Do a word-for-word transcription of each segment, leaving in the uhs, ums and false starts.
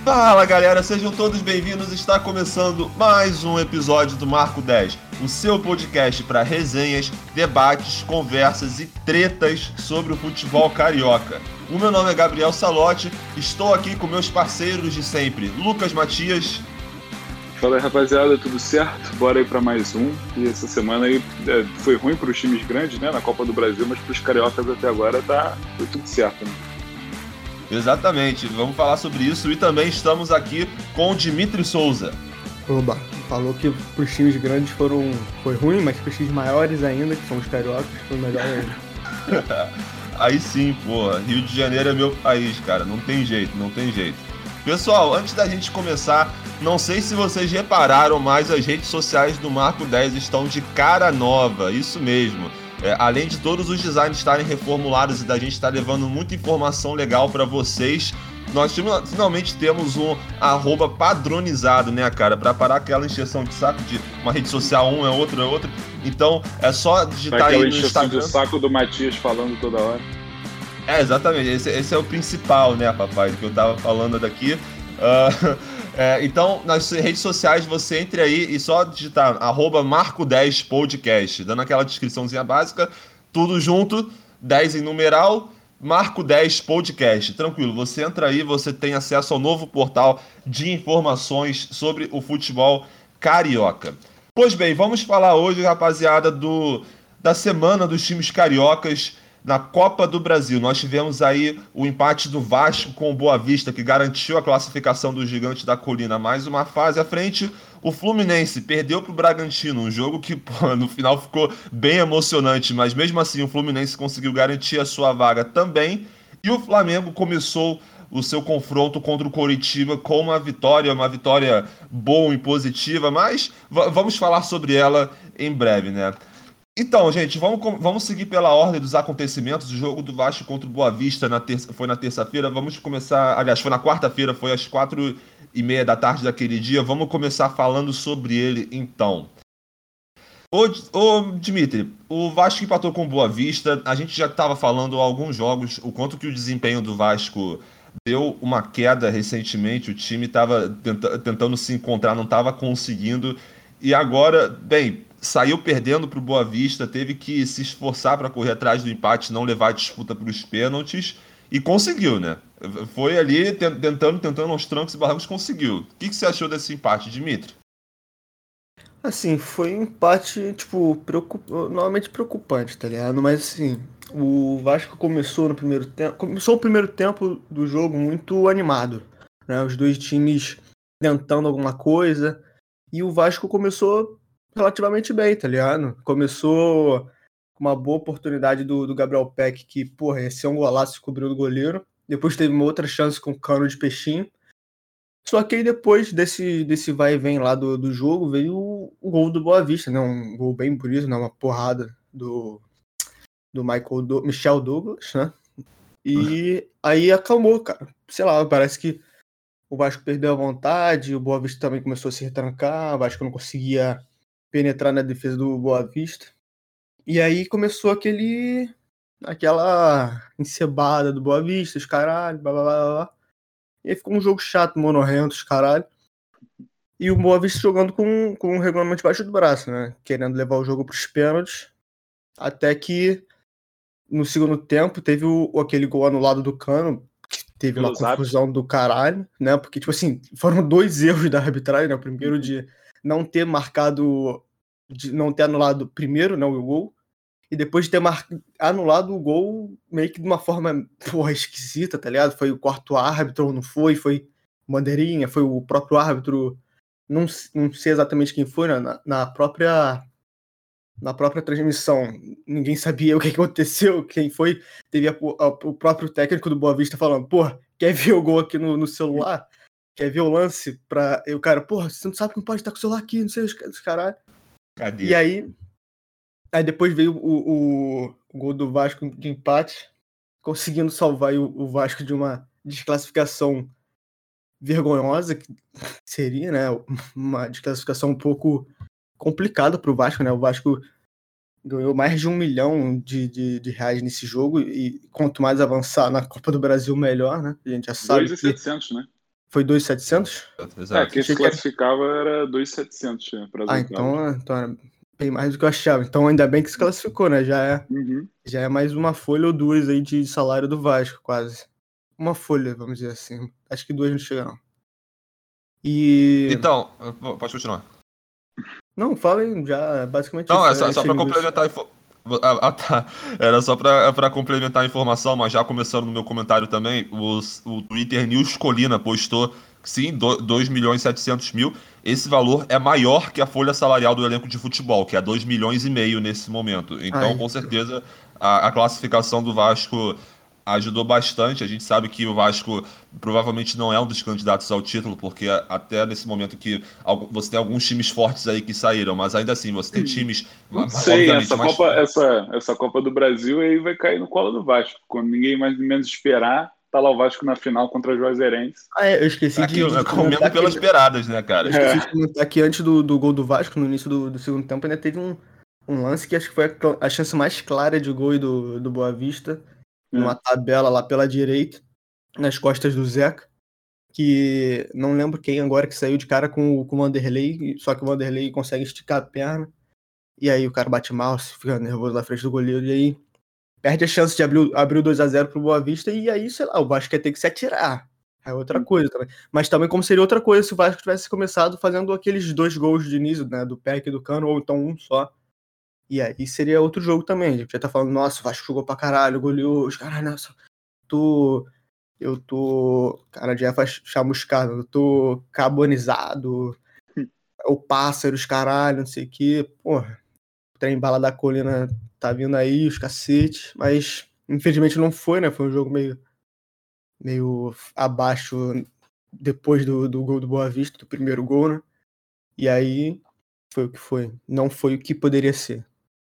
Fala galera, sejam todos bem-vindos. Está começando mais um episódio do Marco dez, o seu podcast para resenhas, debates, conversas e tretas sobre o futebol carioca. O meu nome é Gabriel Salotti, estou aqui com meus parceiros de sempre, Lucas Matias. Fala aí, rapaziada, tudo certo? Bora aí para mais um. E essa semana aí é, foi ruim para os times grandes, né, na Copa do Brasil, mas para os cariocas até agora tá foi tudo certo, né? Exatamente, vamos falar sobre isso e também estamos aqui com o Dimitri Souza. Oba, falou que para os times grandes foram, foi ruim, mas para os times maiores ainda, que são os cariocas, foi melhor ainda. Aí sim, pô, Rio de Janeiro é meu país, cara, não tem jeito, não tem jeito. Pessoal, antes da gente começar, não sei se vocês repararam, mas as redes sociais do Marco dez estão de cara nova, isso mesmo. É, além de todos os designs estarem reformulados e da gente estar levando muita informação legal para vocês, nós finalmente temos um arroba padronizado, né, cara? Para parar aquela encheção de saco de uma rede social, um é outra, é outra. Então, é só digitar aí no Instagram. Do saco do Matias falando toda hora. É, exatamente. Esse, esse é o principal, né, papai, do que eu tava falando daqui. Uh, é, então, nas redes sociais, você entre aí e só digitar arroba Marco dez Podcast, dando aquela descriçãozinha básica, tudo junto, dez em numeral, Marco dez Podcast. Tranquilo, você entra aí, você tem acesso ao novo portal de informações sobre o futebol carioca. Pois bem, vamos falar hoje, rapaziada, do, da semana dos times cariocas na Copa do Brasil. Nós tivemos aí o empate do Vasco com o Boa Vista, que garantiu a classificação do Gigante da Colina mais uma fase à frente. O Fluminense perdeu para o Bragantino, um jogo que pô, no final ficou bem emocionante, mas mesmo assim o Fluminense conseguiu garantir a sua vaga também. E o Flamengo começou o seu confronto contra o Coritiba com uma vitória, uma vitória boa e positiva, mas v- vamos falar sobre ela em breve, né? Então, gente, vamos, vamos seguir pela ordem dos acontecimentos. O jogo do Vasco contra o Boa Vista na terça, foi na terça-feira. Vamos começar, aliás, foi na quarta-feira, foi às quatro e meia da tarde daquele dia. Vamos começar falando sobre ele, então. Ô, ô Dimitri, o Vasco empatou com o Boa Vista. A gente já estava falando há alguns jogos o quanto que o desempenho do Vasco deu uma queda recentemente. O time estava tenta, tentando se encontrar, não estava conseguindo. E agora, bem, saiu perdendo para o Boa Vista, teve que se esforçar para correr atrás do empate, não levar a disputa para os pênaltis, e conseguiu, né? Foi ali tentando, tentando aos trancos e barrancos, conseguiu. O que, que você achou desse empate, Dimitri? Assim, foi um empate, tipo, preocup... normalmente preocupante, tá ligado? Mas assim, o Vasco começou no primeiro tempo, começou o primeiro tempo do jogo muito animado, né? Os dois times tentando alguma coisa, e o Vasco começou relativamente bem, tá ligado? Começou com uma boa oportunidade do, do Gabriel Peck, que, porra, esse é um golaço, cobriu do goleiro. Depois teve uma outra chance com o Cano de peixinho. Só que aí depois desse, desse vai e vem lá do, do jogo, veio o, o gol do Boa Vista, né? Um gol bem bonito, né? Uma porrada do, do Michael do, Michel Douglas, né? E aí acalmou, cara. Sei lá, parece que o Vasco perdeu a vontade, o Boa Vista também começou a se retrancar, o Vasco não conseguia penetrar na defesa do Boa Vista. E aí começou aquele aquela encebada do Boa Vista, os caralho, blá blá blá blá. E aí ficou um jogo chato, monorrento, os caralho. E o Boa Vista jogando com, com o regulamento debaixo do braço, né? Querendo levar o jogo pros pênaltis. Até que no segundo tempo teve o, aquele gol anulado do Cano, que teve uma confusão do caralho, né? Porque, tipo assim, foram dois erros da arbitragem, né? O primeiro de não ter marcado, de não ter anulado primeiro, né, o gol, e depois de ter mar... anulado o gol meio que de uma forma, porra, esquisita, tá ligado? Foi o quarto árbitro, não foi, foi bandeirinha, foi o próprio árbitro, não, não sei exatamente quem foi, né? na, na própria na própria transmissão, ninguém sabia o que aconteceu, quem foi, teve a, a, o próprio técnico do Boa Vista falando, porra, quer ver o gol aqui no, no celular? Quer ver o lance? Pra... E o cara, porra, você não sabe que não pode estar com o celular aqui, não sei os caralho. Cadê? E aí, aí depois veio o, o, o gol do Vasco de empate, conseguindo salvar o, o Vasco de uma desclassificação vergonhosa, que seria, né, uma desclassificação um pouco complicada para o Vasco, né? O Vasco ganhou mais de um milhão de, de, de reais nesse jogo, e quanto mais avançar na Copa do Brasil, melhor, né? A gente já sabe dois mil e setecentos, que... né? Foi dois mil e setecentos? É, quem se classificava era dois mil e setecentos, né, para as Ah, oitavas. então, então era bem mais do que eu achava. Então ainda bem que se classificou, né? Já é, Uhum. já é mais uma folha ou duas aí de salário do Vasco, quase. Uma folha, vamos dizer assim. Acho que duas não chega, não. E... Então, pode continuar. Não, falem já, basicamente Não, isso. é só, só para complementar a info... ah, ah, tá. Era só para complementar a informação, mas já começando no meu comentário também, os, o Twitter News Colina postou que sim, dois milhões e setecentos mil. Esse valor é maior que a folha salarial do elenco de futebol, que é dois milhões e meio nesse momento. Então, Ai. com certeza, a, a classificação do Vasco ajudou bastante. A gente sabe que o Vasco provavelmente não é um dos candidatos ao título, porque até nesse momento que você tem alguns times fortes aí que saíram, mas ainda assim, você tem times... Não sei, essa, mais... Copa, essa, essa Copa do Brasil aí vai cair no colo do Vasco. Quando ninguém mais menos esperar, tá lá o Vasco na final contra o Juazeirense. Ah, é, eu esqueci Aqui, de, de comendo pelas que... beiradas, né, cara? Eu esqueci é. de comentar que antes do, do gol do Vasco, no início do, do segundo tempo, ainda teve um, um lance que acho que foi a, a chance mais clara de gol do, do Boa Vista, é. numa tabela lá pela direita, nas costas do Zeca, que não lembro quem agora que saiu de cara com, com o Vanderlei, só que o Vanderlei consegue esticar a perna, e aí o cara bate mal, fica nervoso na frente do goleiro, e aí perde a chance de abrir, abrir o dois a zero pro Boa Vista, e aí, sei lá, o Vasco ia ter que se atirar. É outra coisa também. Mas também como seria outra coisa se o Vasco tivesse começado fazendo aqueles dois gols de início, né, do Peck e do Cano, ou então um só. E aí seria outro jogo também. A gente já tá falando, nossa, o Vasco jogou pra caralho, goleou, os caras, nossa, tô... eu tô... cara, já faz chamuscado, eu tô carbonizado, o pássaro, os caralho, não sei o quê. Porra, o trem bala da colina tá vindo aí, os cacetes, mas infelizmente não foi, né, foi um jogo meio meio abaixo depois do, do gol do Boa Vista, do primeiro gol, né? E aí foi o que foi. Não foi o que poderia ser.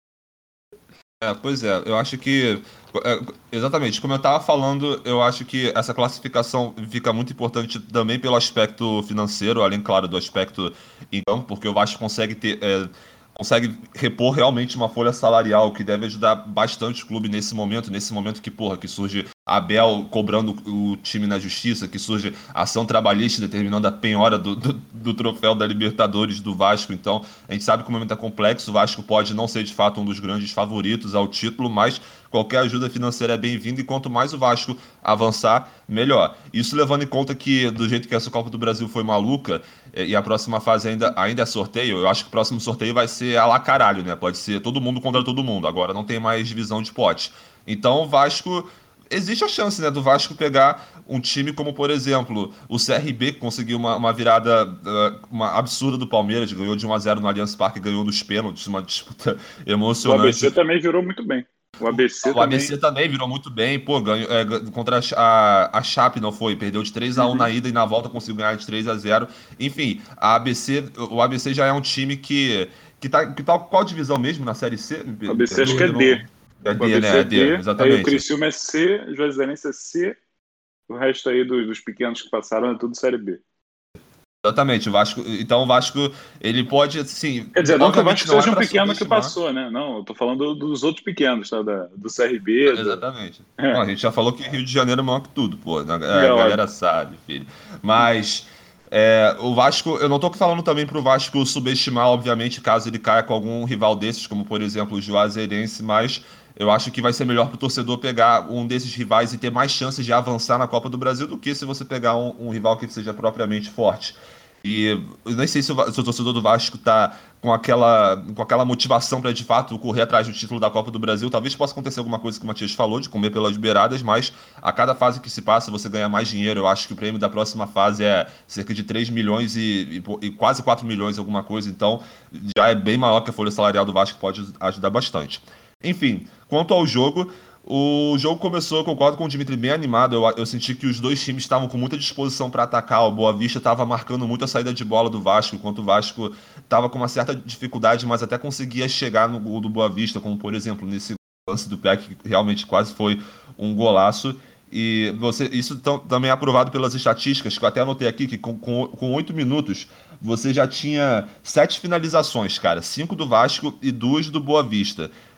É, pois é, eu acho que, é, exatamente, como eu estava falando, eu acho que essa classificação fica muito importante também pelo aspecto financeiro, além, claro, do aspecto em campo, porque o Vasco consegue ter... É, consegue repor realmente uma folha salarial que deve ajudar bastante o clube nesse momento, nesse momento que, porra, que surge Abel cobrando o time na justiça, que surge ação trabalhista determinando a penhora do, do, do troféu da Libertadores do Vasco. Então, a gente sabe que o momento é complexo, o Vasco pode não ser de fato um dos grandes favoritos ao título, mas qualquer ajuda financeira é bem-vinda e quanto mais o Vasco avançar, melhor. Isso levando em conta que, do jeito que essa Copa do Brasil foi maluca, e a próxima fase ainda, ainda é sorteio, eu acho que o próximo sorteio vai ser a lá caralho, né? Pode ser todo mundo contra todo mundo, agora não tem mais divisão de pote. Então o Vasco... existe a chance, né, do Vasco pegar um time como, por exemplo, o C R B, que conseguiu uma, uma virada uma absurda do Palmeiras, ganhou de um a zero no Allianz Parque, ganhou nos pênaltis, uma disputa emocionante. O A B C também virou muito bem. O A B C, o também... A B C também virou muito bem, pô, ganhou, é, contra a, a Chape não foi, perdeu de três a um uhum. na ida e na volta conseguiu ganhar de três a zero. Enfim, a A B C, o A B C já é um time que, que tá, que tá qual divisão mesmo na Série C? O A B C acho que é D. É D, né? É D, exatamente. Aí o Criciúma é C, o Juazeirense é C, o resto aí dos, dos pequenos que passaram é tudo Série B. Exatamente, o Vasco. Então o Vasco, ele pode, assim. Quer dizer, não que o Vasco seja um pequeno que passou, né? Não, eu tô falando dos outros pequenos, tá? Da, do C R B. Do... Exatamente. É. Não, a gente já falou que Rio de Janeiro é maior que tudo, pô. A, a galera sabe, filho. Mas. É, o Vasco, eu não tô falando também pro Vasco subestimar, obviamente, caso ele caia com algum rival desses, como por exemplo o Juazeirense, mas eu acho que vai ser melhor pro torcedor pegar um desses rivais e ter mais chances de avançar na Copa do Brasil do que se você pegar um, um rival que seja propriamente forte. E eu nem sei se o, se o torcedor do Vasco tá com aquela, com aquela motivação para de fato correr atrás do título da Copa do Brasil. Talvez possa acontecer alguma coisa que o Matias falou, de comer pelas beiradas, mas a cada fase que se passa você ganha mais dinheiro. Eu acho que o prêmio da próxima fase é cerca de três milhões e, e, e quase quatro milhões, alguma coisa. Então já é bem maior que a folha salarial do Vasco, pode ajudar bastante. Enfim, quanto ao jogo... O jogo começou, eu concordo com o Dimitri, bem animado. Eu, eu senti que os dois times estavam com muita disposição para atacar. O Boa Vista estava marcando muito a saída de bola do Vasco, enquanto o Vasco estava com uma certa dificuldade, mas até conseguia chegar no gol do Boa Vista, como por exemplo nesse lance do Peck, que realmente quase foi um golaço. E você, isso t- também é aprovado pelas estatísticas, que eu até anotei aqui, que com, com, com oito minutos você já tinha sete finalizações, cara. Cinco do Vasco e duas do Boa Vista.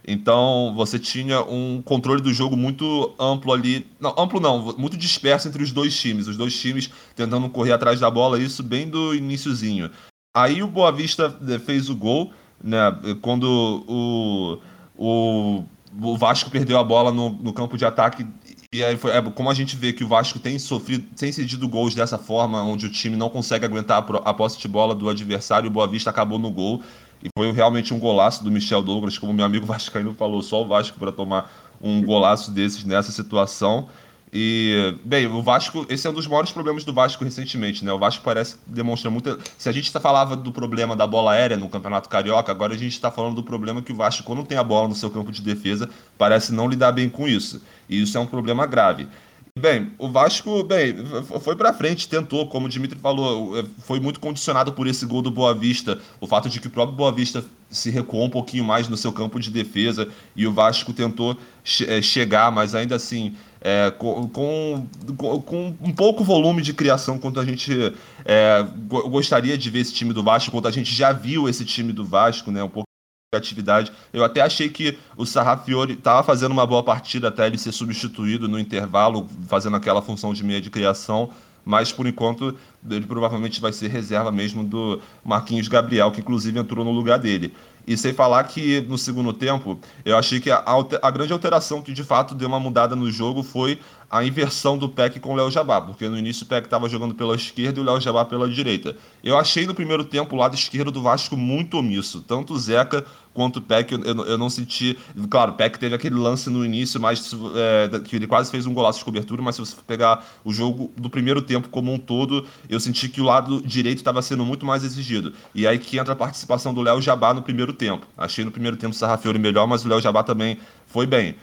Então você tinha um controle do jogo muito amplo ali. Não, amplo não, muito disperso entre os dois times. Os dois times tentando correr atrás da bola, isso bem do iniciozinho. Aí o Boa Vista eh, fez o gol, né? Quando o, o, o Vasco perdeu a bola no, no campo de ataque. E aí foi, é, como a gente vê que o Vasco tem sofrido, tem cedido gols dessa forma, onde o time não consegue aguentar a, pro- a posse de bola do adversário, o Boa Vista acabou no gol. E foi realmente um golaço do Michel Douglas, como meu amigo vascaíno falou, só o Vasco para tomar um golaço desses nessa situação. E, bem, o Vasco, esse é um dos maiores problemas do Vasco recentemente, né? O Vasco parece que demonstra muita. Se a gente tá, falava do problema da bola aérea no Campeonato Carioca, agora a gente está falando do problema que o Vasco, quando tem a bola no seu campo de defesa, parece não lidar bem com isso. E isso é um problema grave. Bem, o Vasco, bem, foi pra frente, tentou, como o Dimitri falou, foi muito condicionado por esse gol do Boa Vista, o fato de que o próprio Boa Vista se recuou um pouquinho mais no seu campo de defesa e o Vasco tentou che- eh, chegar, mas ainda assim, é, com, com, com um pouco volume de criação quanto a gente é, go- gostaria de ver esse time do Vasco, quanto a gente já viu esse time do Vasco, né, um pouco atividade. Eu até achei que o Sarrafiori estava fazendo uma boa partida até ele ser substituído no intervalo, fazendo aquela função de meia de criação, mas por enquanto ele provavelmente vai ser reserva mesmo do Marquinhos Gabriel, que inclusive entrou no lugar dele. E sem falar que no segundo tempo, eu achei que a, alter- a grande alteração que de fato deu uma mudada no jogo foi a inversão do Peck com o Léo Jabá, porque no início o Peck estava jogando pela esquerda e o Léo Jabá pela direita. Eu achei no primeiro tempo o lado esquerdo do Vasco muito omisso, tanto o Zeca quanto o Peck, eu, eu, eu não senti. Claro, o Peck teve aquele lance no início, mas é, que ele quase fez um golaço de cobertura, mas se você pegar o jogo do primeiro tempo como um todo, eu senti que o lado direito estava sendo muito mais exigido. E aí que entra a participação do Léo Jabá no primeiro tempo. Achei no primeiro tempo o Sarrafiori melhor, mas o Léo Jabá também foi bem.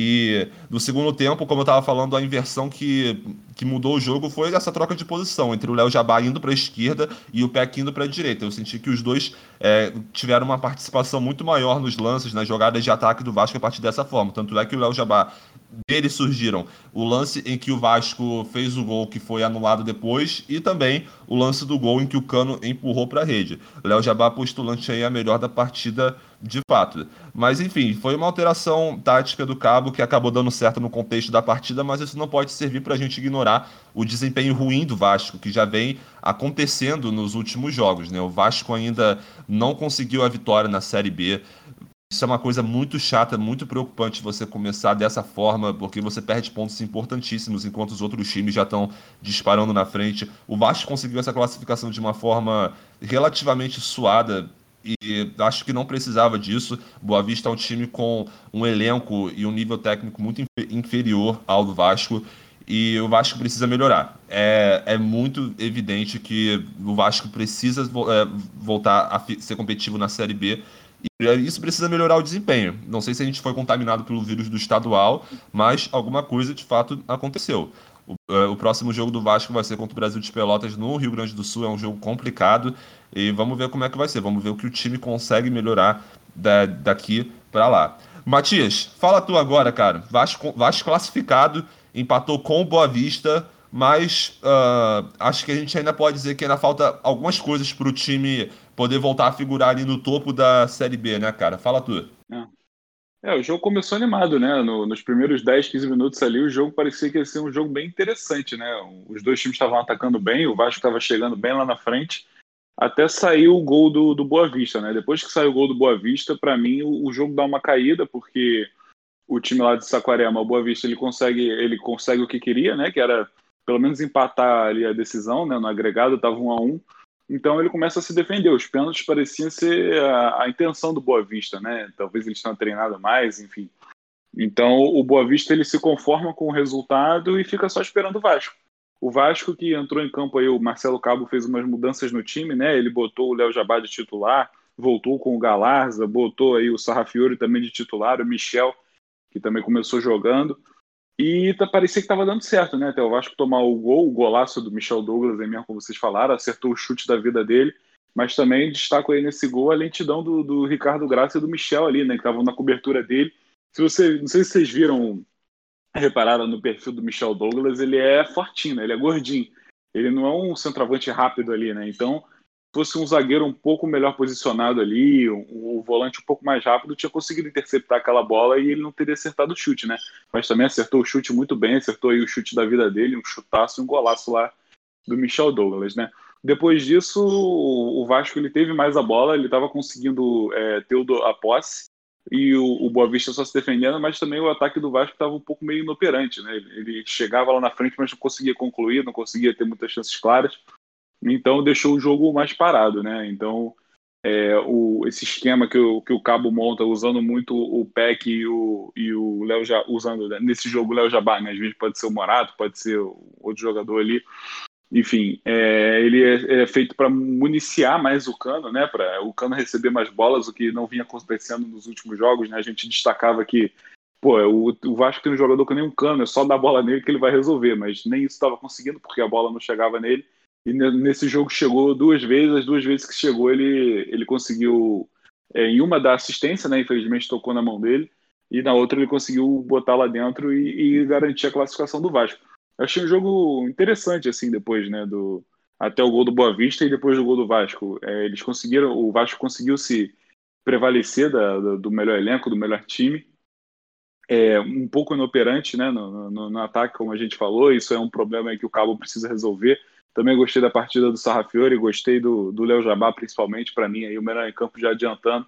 E no segundo tempo, como eu estava falando, a inversão que, que mudou o jogo foi essa troca de posição entre o Léo Jabá indo para a esquerda e o Peck indo para a direita. Eu senti que os dois é, tiveram uma participação muito maior nos lances, nas jogadas de ataque do Vasco a partir dessa forma. Tanto é que o Léo Jabá, dele surgiram o lance em que o Vasco fez o gol que foi anulado depois e também o lance do gol em que o Cano empurrou para a rede. O Léo Jabá postulante aí a melhor da partida de fato. Mas enfim, foi uma alteração tática do Cabo que acabou dando certo no contexto da partida, mas isso não pode servir para a gente ignorar o desempenho ruim do Vasco, que já vem acontecendo nos últimos jogos, né? O Vasco ainda não conseguiu a vitória na Série B. Isso é uma coisa muito chata, muito preocupante você começar dessa forma, porque você perde pontos importantíssimos enquanto os outros times já estão disparando na frente. O Vasco conseguiu essa classificação de uma forma relativamente suada e acho que não precisava disso. Boa Vista é um time com um elenco e um nível técnico muito inferior ao do Vasco e o Vasco precisa melhorar. É, é muito evidente que o Vasco precisa é, voltar a ser competitivo na Série B. E isso precisa melhorar o desempenho. Não sei se a gente foi contaminado pelo vírus do estadual, mas alguma coisa de fato aconteceu. O, é, o próximo jogo do Vasco vai ser contra o Brasil de Pelotas no Rio Grande do Sul. É um jogo complicado e vamos ver como é que vai ser. Vamos ver o que o time consegue melhorar da, daqui para lá. Matias, fala tu agora, cara. Vasco, Vasco classificado, empatou com o Boa Vista, mas uh, acho que a gente ainda pode dizer que ainda falta algumas coisas para o time poder voltar a figurar ali no topo da Série B, né, cara? Fala tu. É. É, o jogo começou animado, né? No- nos primeiros dez, quinze minutos ali, o jogo parecia que ia ser um jogo bem interessante, né? Os dois times estavam atacando bem, o Vasco estava chegando bem lá na frente, até sair o gol do, do Boa Vista, né? Depois que saiu o gol do Boa Vista, para mim o, o jogo dá uma caída, porque o time lá de Saquarema, o Boa Vista, ele consegue, ele consegue o que queria, né? Que era pelo menos empatar ali a decisão, né? No agregado estava um a um. Então ele começa a se defender. Os pênaltis pareciam ser a, a intenção do Boa Vista, né? Talvez eles tenham treinado mais, enfim. Então o Boa Vista ele se conforma com o resultado e fica só esperando o Vasco. O Vasco que entrou em campo aí, o Marcelo Cabo fez umas mudanças no time, né? Ele botou o Léo Jabá de titular, voltou com o Galarza, botou aí o Sarrafiori também de titular, o Michel, que também começou jogando. E tá, parecia que estava dando certo, né? Até o Vasco tomar o gol, o golaço do Michel Douglas, aí mesmo como vocês falaram, acertou o chute da vida dele, mas também destaco aí nesse gol a lentidão do, do Ricardo Graça e do Michel ali, né? Que estavam na cobertura dele. Se você, não sei se vocês viram, repararam no perfil do Michel Douglas, ele é fortinho, né? Ele é gordinho. Ele não é um centroavante rápido ali, né? Então fosse um zagueiro um pouco melhor posicionado ali, o um, um volante um pouco mais rápido, tinha conseguido interceptar aquela bola e ele não teria acertado o chute, né? Mas também acertou o chute muito bem, acertou aí o chute da vida dele, um chutaço e um golaço lá do Michel Douglas, né? Depois disso, o Vasco ele teve mais a bola, ele estava conseguindo é, ter a posse e o, o Boa Vista só se defendendo, mas também o ataque do Vasco estava um pouco meio inoperante, né? Ele, ele chegava lá na frente, mas não conseguia concluir, não conseguia ter muitas chances claras, então deixou o jogo mais parado, né? Então, é, o, esse esquema que o, que o Cabo monta, usando muito o Peck e o, e o Léo Jabá, usando né, nesse jogo o Léo Jabá, né? Às vezes pode ser o Morato, pode ser outro jogador ali. Enfim, é, ele é, é feito para municiar mais o Cano, né? Para o Cano receber mais bolas, o que não vinha acontecendo nos últimos jogos, né? A gente destacava que, pô, o, o Vasco tem um jogador que nem um Cano, é só dar a bola nele que ele vai resolver, mas nem isso estava conseguindo porque a bola não chegava nele. E nesse jogo chegou duas vezes, as duas vezes que chegou ele, ele conseguiu, é, em uma dar assistência, né? Infelizmente tocou na mão dele, e na outra ele conseguiu botar lá dentro e, e garantir a classificação do Vasco. Eu achei um jogo interessante, assim, depois, né, do, até o gol do Boa Vista e depois do gol do Vasco. É, eles conseguiram, o Vasco conseguiu se prevalecer da, da, do melhor elenco, do melhor time. É, um pouco inoperante, né, no, no, no ataque, como a gente falou, isso é um problema aí que o Cabo precisa resolver. Também gostei da partida do Sarrafiori, gostei do, do Léo Jabá, principalmente, para mim, aí, o melhor em campo já adiantando.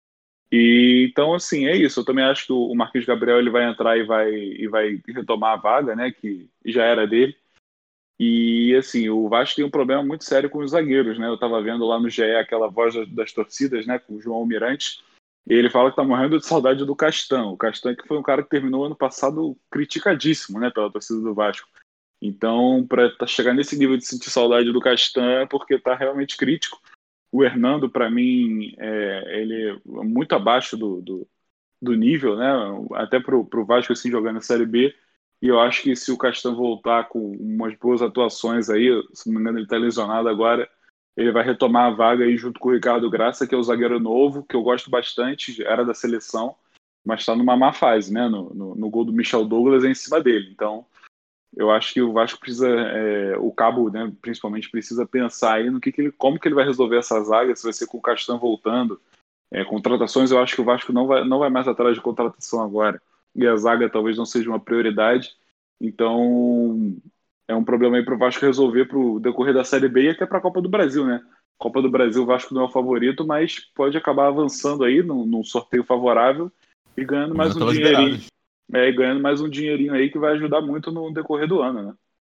E, então, assim, é isso. Eu também acho que o Marquinhos Gabriel ele vai entrar e vai, e vai retomar a vaga, né, que já era dele. E, assim, o Vasco tem um problema muito sério com os zagueiros, né? Eu estava vendo lá no G E aquela voz das torcidas, né, com o João Almirante, e ele fala que está morrendo de saudade do Castan. O Castan que foi um cara que terminou ano passado criticadíssimo, né, pela torcida do Vasco. Então, para chegar nesse nível de sentir saudade do Castan é porque está realmente crítico. O Hernando, para mim, é, ele é muito abaixo do, do, do nível, né? Até para o Vasco assim, jogando na Série B. E eu acho que se o Castan voltar com umas boas atuações aí, se não me engano ele está lesionado agora, ele vai retomar a vaga aí junto com o Ricardo Graça, que é o zagueiro novo, que eu gosto bastante, era da seleção, mas está numa má fase, né? No, no, no gol do Michel Douglas é em cima dele. Então, eu acho que o Vasco precisa, é, o Cabo, né, principalmente, precisa pensar aí no que, que ele, como que ele vai resolver essa zaga, se vai ser com o Castan voltando. É, contratações, eu acho que o Vasco não vai, não vai mais atrás de contratação agora. E a zaga talvez não seja uma prioridade. Então, é um problema aí para o Vasco resolver para o decorrer da Série B e até para a Copa do Brasil, né? Copa do Brasil, o Vasco não é o favorito, mas pode acabar avançando aí num, num sorteio favorável e ganhando mais um dinheirinho. É, ganhando mais um dinheirinho aí que vai ajudar muito no decorrer do ano, né?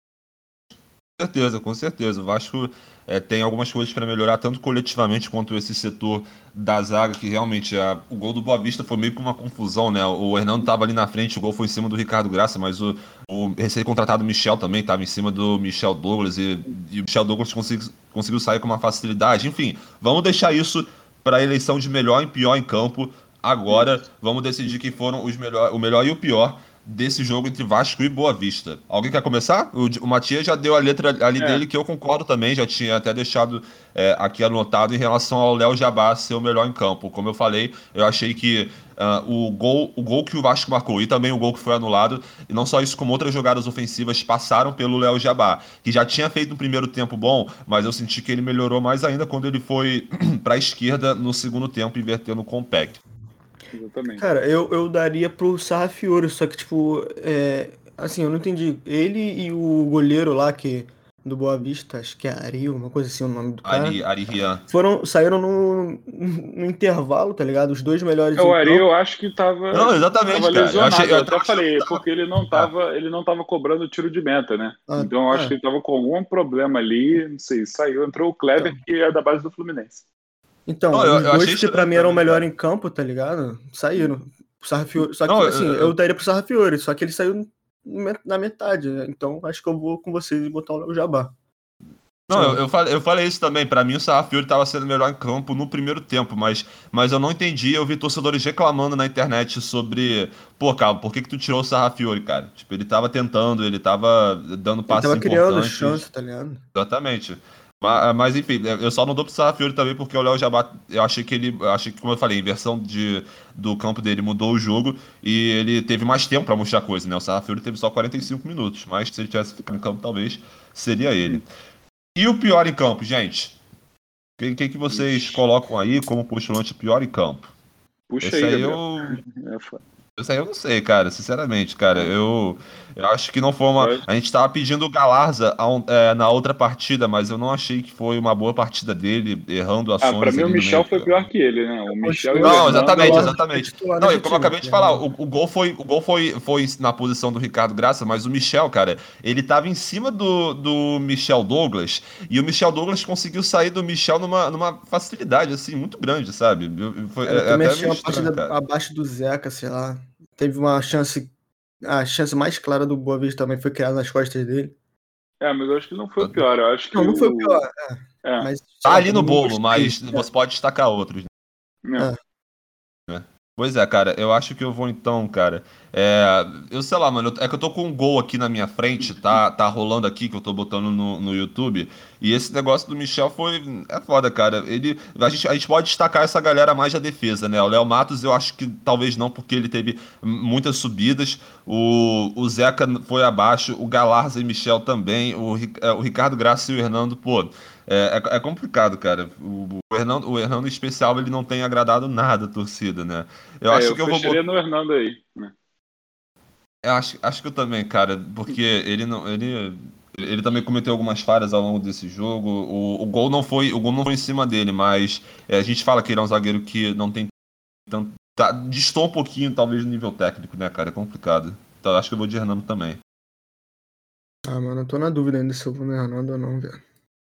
Com certeza, com certeza. O Vasco é, tem algumas coisas para melhorar, tanto coletivamente quanto esse setor da zaga, que realmente a, o gol do Boa Vista foi meio que uma confusão, né? O Hernando estava ali na frente, o gol foi em cima do Ricardo Graça, mas o, o recém-contratado Michel também estava em cima do Michel Douglas, e, e o Michel Douglas conseguiu, conseguiu sair com uma facilidade. Enfim, vamos deixar isso para a eleição de melhor e pior em campo. Agora, vamos decidir quem foram os melhor, o melhor e o pior desse jogo entre Vasco e Boa Vista. Alguém quer começar? O, o Matias já deu a letra ali é. dele, que eu concordo também, já tinha até deixado é, aqui anotado em relação ao Léo Jabá ser o melhor em campo. Como eu falei, eu achei que uh, o, gol, o gol que o Vasco marcou e também o gol que foi anulado, e não só isso, como outras jogadas ofensivas passaram pelo Léo Jabá, que já tinha feito um primeiro tempo bom, mas eu senti que ele melhorou mais ainda quando ele foi para a esquerda no segundo tempo, invertendo com o Peck. Exatamente. Cara, eu, eu daria pro Sarrafiori, só que, tipo, é, assim, eu não entendi. Ele e o goleiro lá, que do Boa Vista, acho que é Ari, uma coisa assim o nome do cara. Ari, Ari Rian. Foram, saíram no, no intervalo, tá ligado? Os dois melhores. É, o Ari eu acho que tava. Não, exatamente, tava cara. lesionado, Eu, achei, eu, eu até falei, porque ele não tava, ah. ele não tava cobrando tiro de meta, né? Ah, então eu acho é. que ele tava com algum problema ali, não sei, saiu, entrou o Kleber, então. que é da base do Fluminense. Então, não, os eu, eu dois que pra mim eram o melhor em campo, tá ligado? Saíram. O Sarrafiori, só que, não, assim, eu, eu... eu daria pro Sarrafiori, só que ele saiu na metade, né? Então acho que eu vou com vocês e botar o Jabá. Não, eu, eu, falei, eu falei isso também. Pra mim, o Sarrafiori tava sendo melhor em campo no primeiro tempo, mas, mas eu não entendi. Eu vi torcedores reclamando na internet sobre... Pô, cara, por que que tu tirou o Sarrafiori, cara? Tipo, ele tava tentando, ele tava dando passos importantes. Ele tava criando chance, tá ligado? Exatamente. Mas, mas enfim, eu só não dou pro Sarrafiori também porque o Léo Jabá, eu achei que ele, eu achei que, como eu falei, a inversão de, do campo dele mudou o jogo e ele teve mais tempo pra mostrar coisa, né? O Sarrafiori teve só quarenta e cinco minutos, mas se ele tivesse ficado em campo, talvez seria ele. E o pior em campo, gente? Quem, quem que vocês colocam aí como postulante pior em campo? Puxa Esse aí, aí Gabriel. eu. É, fa- Isso aí eu não sei, cara, sinceramente, cara. Eu, eu acho que não foi uma. eu- A gente tava pedindo o Galarza a um- é, na outra partida, mas eu não achei que foi uma boa partida dele, errando Ah, pra ações mim o ali no Michel meio. foi pior que ele, né? O Michel e o Não, Hernando. exatamente, Galarza foi exatamente. titular Não, nesse e como eu time, acabei de né? falar, o, o gol foi, o gol foi, foi na posição do Ricardo Graça, mas o Michel, cara, ele tava em cima do, do Michel Douglas, e o Michel Douglas conseguiu sair do Michel numa, numa facilidade, assim, muito grande, sabe? Eu- Foi, Cara, eu é, é também até achei meio uma estranho, partida cara. abaixo do Zeca, sei lá. Teve uma chance. A chance mais clara do Boa Vista também foi criada nas costas dele. É, mas eu acho que não foi o pior. Eu acho que Não, não foi o o. pior, É, mas sei Tá lá, ali teve no muitos bolo, três. mas você pode destacar outros. é. É. Pois é, cara, eu acho que eu vou então, cara. É, eu sei lá, mano, eu- é que eu tô com um gol aqui na minha frente, tá, tá rolando aqui, que eu tô botando no, no YouTube. E esse negócio do Michel foi. É foda, cara. Ele, a gente, a gente pode destacar essa galera mais da defesa, né? O Léo Matos, eu acho que talvez não, porque ele teve muitas subidas. O, o Zeca foi abaixo, o Galarza e Michel também. O, Ri- é, o Ricardo Graça e o Hernando, pô. É, é, é complicado, cara. O, o Hernando, o Hernando, em especial, ele não tem agradado nada a torcida, né? Eu É, acho eu que eu vou fecharia botar. no Hernando aí, né? Eu acho, acho que eu também, cara, porque ele não. Ele, ele também cometeu algumas falhas ao longo desse jogo. O, o gol não foi, o gol não foi em cima dele, mas é, a gente fala que ele é um zagueiro que não tem tanto. Tá, distou um pouquinho, talvez, no nível técnico, né, cara? É complicado. Então eu acho que eu vou de Hernando também. Ah, mano, eu tô na dúvida ainda se eu vou no Hernando ou não, velho.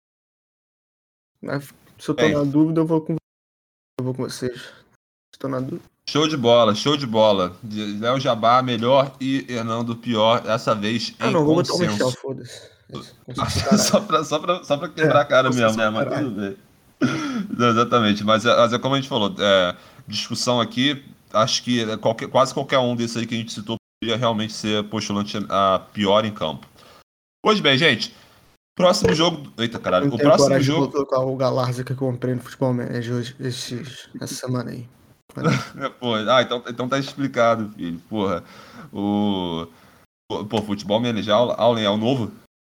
Mas se eu tô Bem, na dúvida, eu vou com, eu vou com vocês. Se tô na dúvida. show de bola, show de bola. De- Léo Jabá melhor e Hernando pior, dessa vez Ah, em não, vou botar o Michel, consenso. foda-se. Esse Consenso do caralho. Só pra, só, pra, só pra É, quebrar a cara mesmo, consenso né? do Mas caralho. tudo bem. Não, exatamente, mas, é- mas é como a gente falou, é, discussão aqui, acho que é qualquer, quase qualquer um desses aí que a gente citou poderia realmente ser postulante a pior em campo. Pois bem, gente, próximo jogo. Eita, caralho. Não O tenho próximo coragem de jogo. colocar o Galarza que eu comprei no Futebol Manager hoje, esses, essa semana aí. Pô, ah, então, então tá explicado, filho. Porra. O. Pô, futebol manager Aulen é o novo?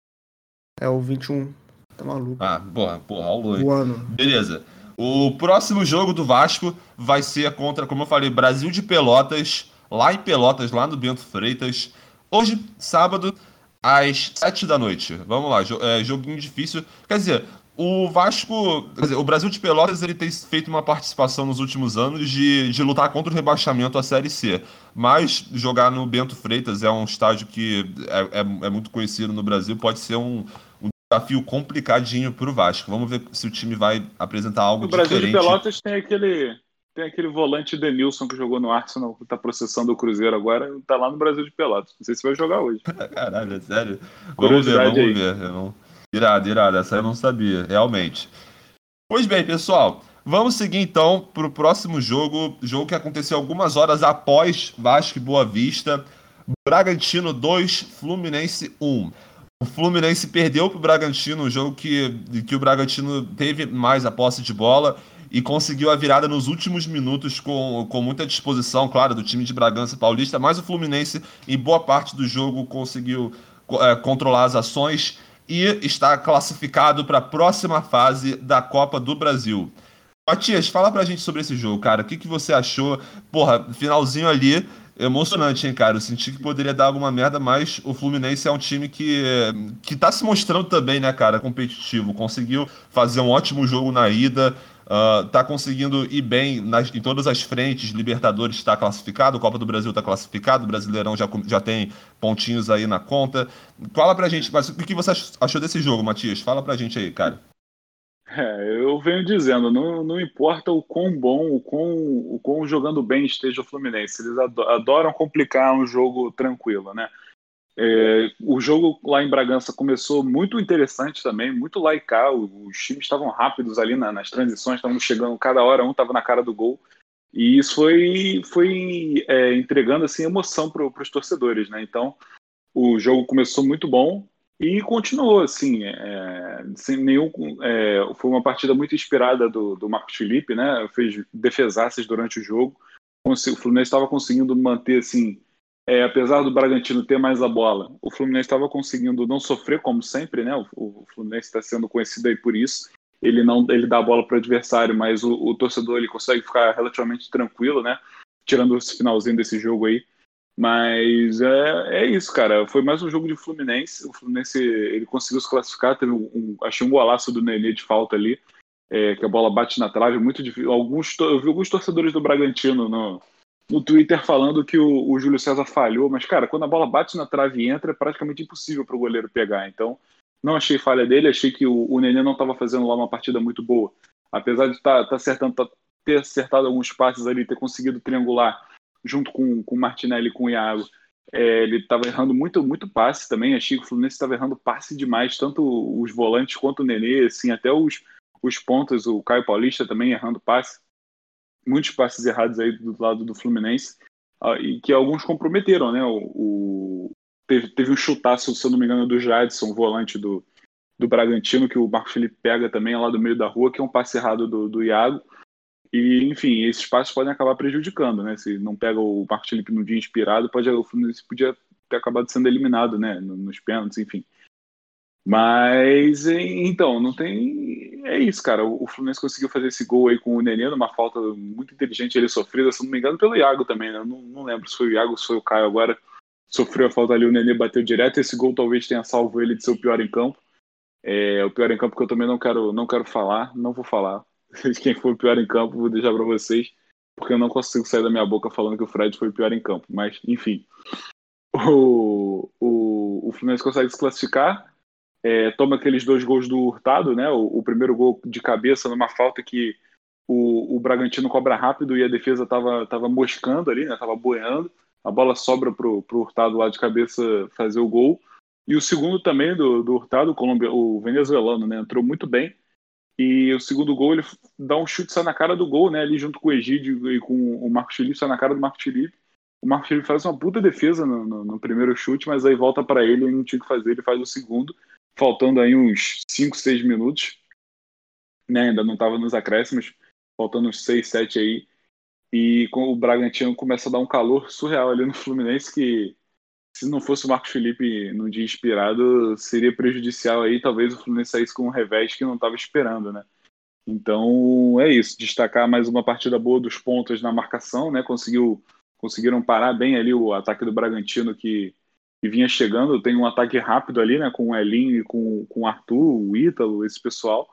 É o vinte e um. Tá maluco. Ah, porra, porra, Aulen. Voando. Beleza. O próximo jogo do Vasco vai ser contra, como eu falei, Brasil de Pelotas, lá em Pelotas, lá no Bento Freitas. Hoje, sábado, às sete da noite. Vamos lá, jo- é, joguinho difícil. Quer dizer, o Vasco, quer dizer, o Brasil de Pelotas, ele tem feito uma participação nos últimos anos de, de lutar contra o rebaixamento à Série C. Mas jogar no Bento Freitas é um estádio que é, é- é muito conhecido no Brasil, pode ser um desafio complicadinho pro Vasco. Vamos ver se o time vai apresentar algo No Brasil de diferente. Pelotas tem aquele, tem aquele volante Denilson que jogou no Arsenal, que tá processando o Cruzeiro agora, tá lá no Brasil de Pelotas. Não sei se vai jogar hoje. Caralho, é sério? Vamos ver, Curiosidade vamos aí. ver. Eu não... Irado, irado. Essa eu não sabia, realmente. Pois bem, pessoal. Vamos seguir então pro próximo jogo. Jogo que aconteceu algumas horas após Vasco e Boa Vista. Bragantino dois, Fluminense um. O Fluminense perdeu para o Bragantino, um jogo que, que o Bragantino teve mais a posse de bola e conseguiu a virada nos últimos minutos com, com muita disposição, claro, do time de Bragança Paulista, mas o Fluminense, em boa parte do jogo, conseguiu é, controlar as ações e está classificado para a próxima fase da Copa do Brasil. Matias, fala pra gente sobre esse jogo, cara. O que, que você achou? Porra, finalzinho ali, emocionante, hein, cara? Eu senti que poderia dar alguma merda, mas o Fluminense é um time que, que tá se mostrando também, né, cara, competitivo. Conseguiu fazer um ótimo jogo na ida, ah, tá conseguindo ir bem nas- em todas as frentes. Libertadores está classificado, Copa do Brasil tá classificado, o Brasileirão já, com- já tem pontinhos aí na conta. Fala pra gente, mas o que que você ach- achou desse jogo, Matias? Fala pra gente aí, cara. É, eu venho dizendo, não, não importa o quão bom, o quão, o quão jogando bem esteja o Fluminense, eles ado- adoram complicar um jogo tranquilo, né? É, o jogo lá em Bragança começou muito interessante também, muito lá e cá, o- os times estavam rápidos ali na- nas transições, estavam chegando, cada hora um estava na cara do gol, e isso foi, foi é, entregando assim, emoção para os torcedores, né? Então, o jogo começou muito bom e continuou assim, é, sem nenhum, é, foi uma partida muito inspirada do, do Marcos Felipe, né? Fez defesaças durante o jogo. O Fluminense estava conseguindo manter assim, é, apesar do Bragantino ter mais a bola, o Fluminense estava conseguindo não sofrer como sempre, né? O, o Fluminense está sendo conhecido aí por isso. ele não ele dá a bola para o adversário, mas o, o torcedor ele consegue ficar relativamente tranquilo, né? Tirando esse finalzinho desse jogo aí. Mas é, é isso, cara. Foi mais um jogo de Fluminense. O Fluminense ele conseguiu se classificar. Teve um, um, achei um golaço do Nenê de falta ali, é, que a bola bate na trave. Muito difícil. Alguns, eu vi alguns torcedores do Bragantino no, no Twitter falando que o, o Júlio César falhou. Mas, cara, quando a bola bate na trave e entra, é praticamente impossível para o goleiro pegar. Então, não achei falha dele. Achei que o, o Nenê não estava fazendo lá uma partida muito boa. Apesar de tá, tá acertando, tá, ter acertado alguns passes ali, ter conseguido triangular junto com, com o Martinelli e com o Iago, é, ele estava errando muito, muito passe também. Achei que o Fluminense estava errando passe demais, tanto os volantes quanto o Nenê, assim, até os, os pontas, o Caio Paulista também errando passe. Muitos passes errados aí do lado do Fluminense, uh, e que alguns comprometeram, né? O, o, teve, teve um chutaço, se eu não me engano, do Jadson, volante do, do Bragantino, que o Marcos Felipe pega também lá do meio da rua, que é um passe errado do, do Iago. E, enfim, esses passos podem acabar prejudicando, né? Se não pega o Marcos Felipe no dia inspirado, pode, o Fluminense podia ter acabado sendo eliminado, né? Nos pênaltis, enfim. Mas, então, não tem... É isso, cara. O Fluminense conseguiu fazer esse gol aí com o Nenê, numa falta muito inteligente, ele sofrida, se não me engano, pelo Iago também, né? Não, não lembro se foi o Iago ou se foi o Caio agora. Sofreu a falta ali, o Nenê bateu direto. Esse gol talvez tenha salvo ele de ser o pior em campo. É, o pior em campo que eu também não quero, não quero falar, não vou falar. Quem foi o pior em campo, vou deixar para vocês, porque eu não consigo sair da minha boca falando que o Fred foi o pior em campo. Mas, enfim, o, o, o Fluminense consegue se classificar, é, toma aqueles dois gols do Hurtado, né? O, o primeiro gol de cabeça numa falta que o, o Bragantino cobra rápido e a defesa estava tava moscando ali, né? Tava boiando. A bola sobra pro, pro Hurtado lá de cabeça fazer o gol. E o segundo também do, do Hurtado, o, Colombi- o venezuelano, né? Entrou muito bem. E o segundo gol, ele dá um chute, sai na cara do gol, né? Ali junto com o Egídio e com o Marcos Felipe, sai na cara do Marcos Felipe. O Marcos Felipe faz uma puta defesa no, no, no primeiro chute, mas aí volta para ele e não tinha o que fazer, ele faz o segundo, faltando aí uns cinco, seis minutos, né? Ainda não estava nos acréscimos, faltando uns seis, sete aí. E com o Bragantino começa a dar um calor surreal ali no Fluminense, que se não fosse o Marcos Felipe num dia inspirado, seria prejudicial aí, talvez o Fluminense saísse com um revés que não estava esperando, né? Então, é isso, destacar mais uma partida boa dos pontas na marcação, né? Conseguiu, conseguiram parar bem ali o ataque do Bragantino que, que vinha chegando, tem um ataque rápido ali, né? Com o Elinho e com, com o Arthur, o Ítalo, esse pessoal.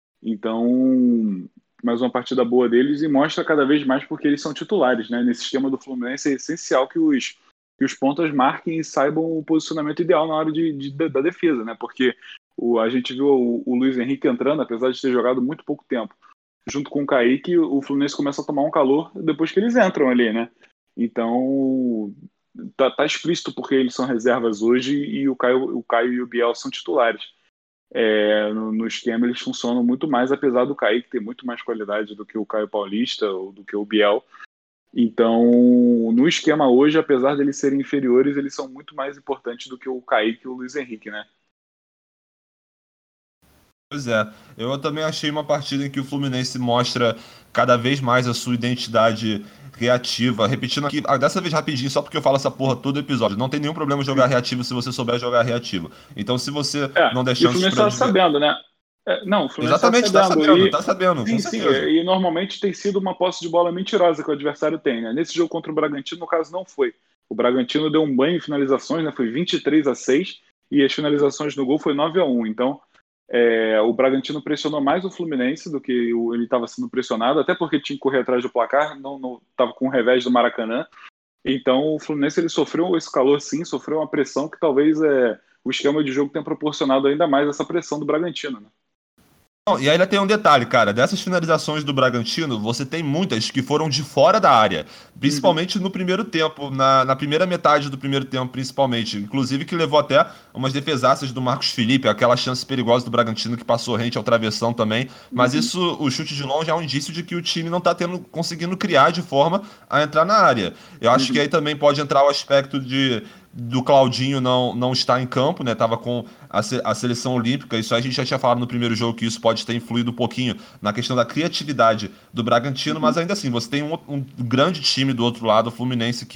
Então, mais uma partida boa deles e mostra cada vez mais porque eles são titulares, né? Nesse esquema do Fluminense é essencial que os que os pontas marquem e saibam o posicionamento ideal na hora de, de, da defesa, né? Porque o, a gente viu o, o Luiz Henrique entrando, apesar de ter jogado muito pouco tempo, junto com o Kaique, o Fluminense começa a tomar um calor depois que eles entram ali, né? Então, tá, tá explícito porque eles são reservas hoje e o Caio, o Caio e o Biel são titulares. É, no, no esquema eles funcionam muito mais, apesar do Kaique ter muito mais qualidade do que o Caio Paulista ou do que o Biel. Então, no esquema hoje, apesar deles serem inferiores, eles são muito mais importantes do que o Kaique e o Luiz Henrique, né? Pois é, eu também achei uma partida em que o Fluminense mostra cada vez mais a sua identidade reativa. Repetindo aqui, ah, dessa vez rapidinho, só porque eu falo essa porra todo episódio. Não tem nenhum problema jogar reativo se você souber jogar reativo. Então, se você é, não der chance... E o Fluminense tá adver... sabendo, né? É, não, o Fluminense Exatamente, tá sabendo. Tá sabendo, e... tá sabendo sim, sim, e normalmente tem sido uma posse de bola mentirosa que o adversário tem, né? Nesse jogo contra o Bragantino, no caso, não foi. O Bragantino deu um banho em finalizações, né? Foi vinte e três a seis e as finalizações no gol foi nove a um. Então, é, o Bragantino pressionou mais o Fluminense do que o, ele estava sendo pressionado, até porque tinha que correr atrás do placar, não estava com o revés do Maracanã. Então, o Fluminense ele sofreu esse calor, sim, sofreu uma pressão que talvez é, o esquema de jogo tenha proporcionado ainda mais essa pressão do Bragantino, né? E ainda tem um detalhe, cara, dessas finalizações do Bragantino, você tem muitas que foram de fora da área, principalmente uhum. no primeiro tempo, na, na primeira metade do primeiro tempo, principalmente, inclusive que levou até umas defesaças do Marcos Felipe, aquela chance perigosa do Bragantino que passou rente ao travessão também, mas uhum. isso, o chute de longe é um indício de que o time não tá tendo, conseguindo criar de forma a entrar na área. Eu acho uhum. que aí também pode entrar o aspecto de do Claudinho não, não estar em campo, né? Tava com a, a seleção olímpica, isso aí a gente já tinha falado no primeiro jogo que isso pode ter influído um pouquinho na questão da criatividade do Bragantino, uhum. mas ainda assim, você tem um, um grande time do outro lado, o Fluminense, que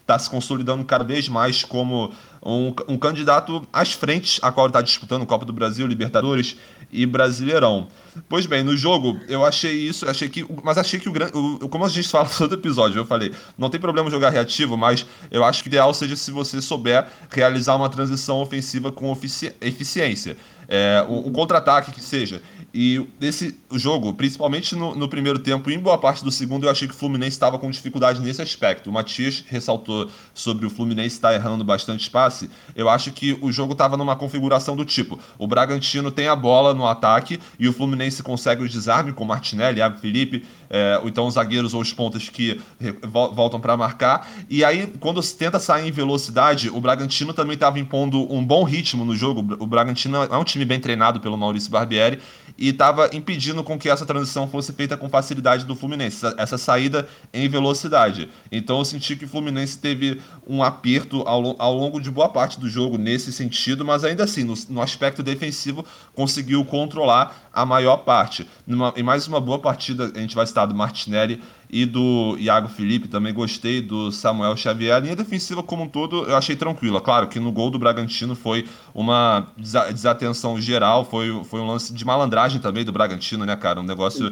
está se consolidando cada vez mais como um, um candidato às frentes, a qual está disputando Copa do Brasil, Libertadores e Brasileirão. Pois bem, no jogo eu achei isso, achei que, mas achei que o grande, como a gente fala todo episódio, eu falei, não tem problema jogar reativo, mas eu acho que o ideal seja se você souber realizar uma transição ofensiva com efici- eficiência, é, um, um contra-ataque que seja. E esse jogo, principalmente no, no primeiro tempo e em boa parte do segundo, eu achei que o Fluminense estava com dificuldade nesse aspecto. O Matias ressaltou sobre o Fluminense estar errando bastante espaço. Eu acho que o jogo estava numa configuração do tipo: o Bragantino tem a bola no ataque e o Fluminense consegue os desarmes com Martinelli, Iago Felipe, é, ou então os zagueiros ou os pontas que vo- voltam para marcar. E aí, quando se tenta sair em velocidade, o Bragantino também estava impondo um bom ritmo no jogo. O Bragantino é um time bem treinado pelo Maurício Barbieri e estava impedindo com que essa transição fosse feita com facilidade do Fluminense, essa, essa saída em velocidade. Então eu senti que o Fluminense teve um aperto ao, ao longo de boa parte do jogo nesse sentido, mas ainda assim, no, no aspecto defensivo, conseguiu controlar a maior parte. Numa, em mais uma boa partida, a gente vai citar do Martinelli e do Iago Felipe, também gostei do Samuel Xavier. A linha defensiva como um todo eu achei tranquila. Claro que no gol do Bragantino foi uma desa- desatenção geral, foi, foi um lance de malandragem também do Bragantino, né, cara? Um negócio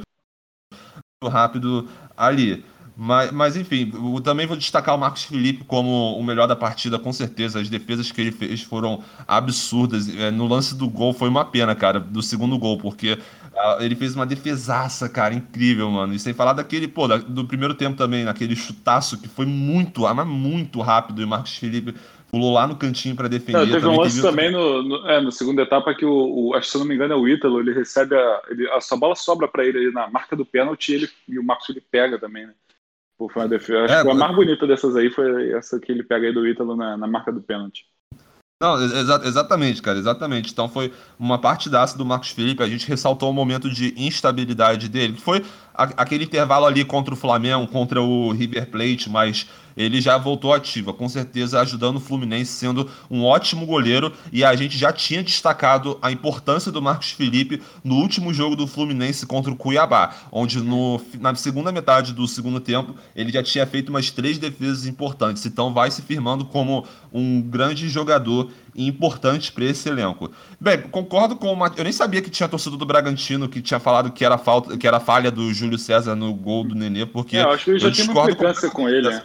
muito rápido ali. Mas, mas enfim, eu também vou destacar o Marcos Felipe como o melhor da partida, com certeza. As defesas que ele fez foram absurdas. É, no lance do gol foi uma pena, cara, do segundo gol, porque ah, ele fez uma defesaça, cara, incrível, mano. E sem falar daquele, pô, da- do primeiro tempo também, naquele chutaço que foi muito, ah, mas muito rápido. E o Marcos Felipe pulou lá no cantinho pra Não, defender. teve um Também lance teve outro. também no, no, é, no segunda etapa que o, o, acho que se eu não me engano é o Ítalo, ele recebe a, ele, a sua bola sobra para ele ali na marca do pênalti e ele, e o Marcos Felipe pega também, né? Pô, foi uma defesa, acho É, que a mais bonita dessas aí foi essa que ele pega aí do Ítalo na, na marca do pênalti. Não, exa- exatamente, cara, exatamente. Então foi uma partidaça do Marcos Felipe. A gente ressaltou o momento de instabilidade dele, que foi a- aquele intervalo ali contra o Flamengo, contra o River Plate, mas ele já voltou ativa, com certeza ajudando o Fluminense, sendo um ótimo goleiro. E a gente já tinha destacado a importância do Marcos Felipe no último jogo do Fluminense contra o Cuiabá, onde no, na segunda metade do segundo tempo ele já tinha feito umas três defesas importantes. Então vai se firmando como um grande jogador e importante para esse elenco. Bem, concordo com o Mat... Eu nem sabia que tinha torcedor do Bragantino que tinha falado que era falta, que era falha do Júlio César no gol do Nenê, É, porque eu acho que ele eu já tem uma discordo implicância completamente com ele, dessa. né?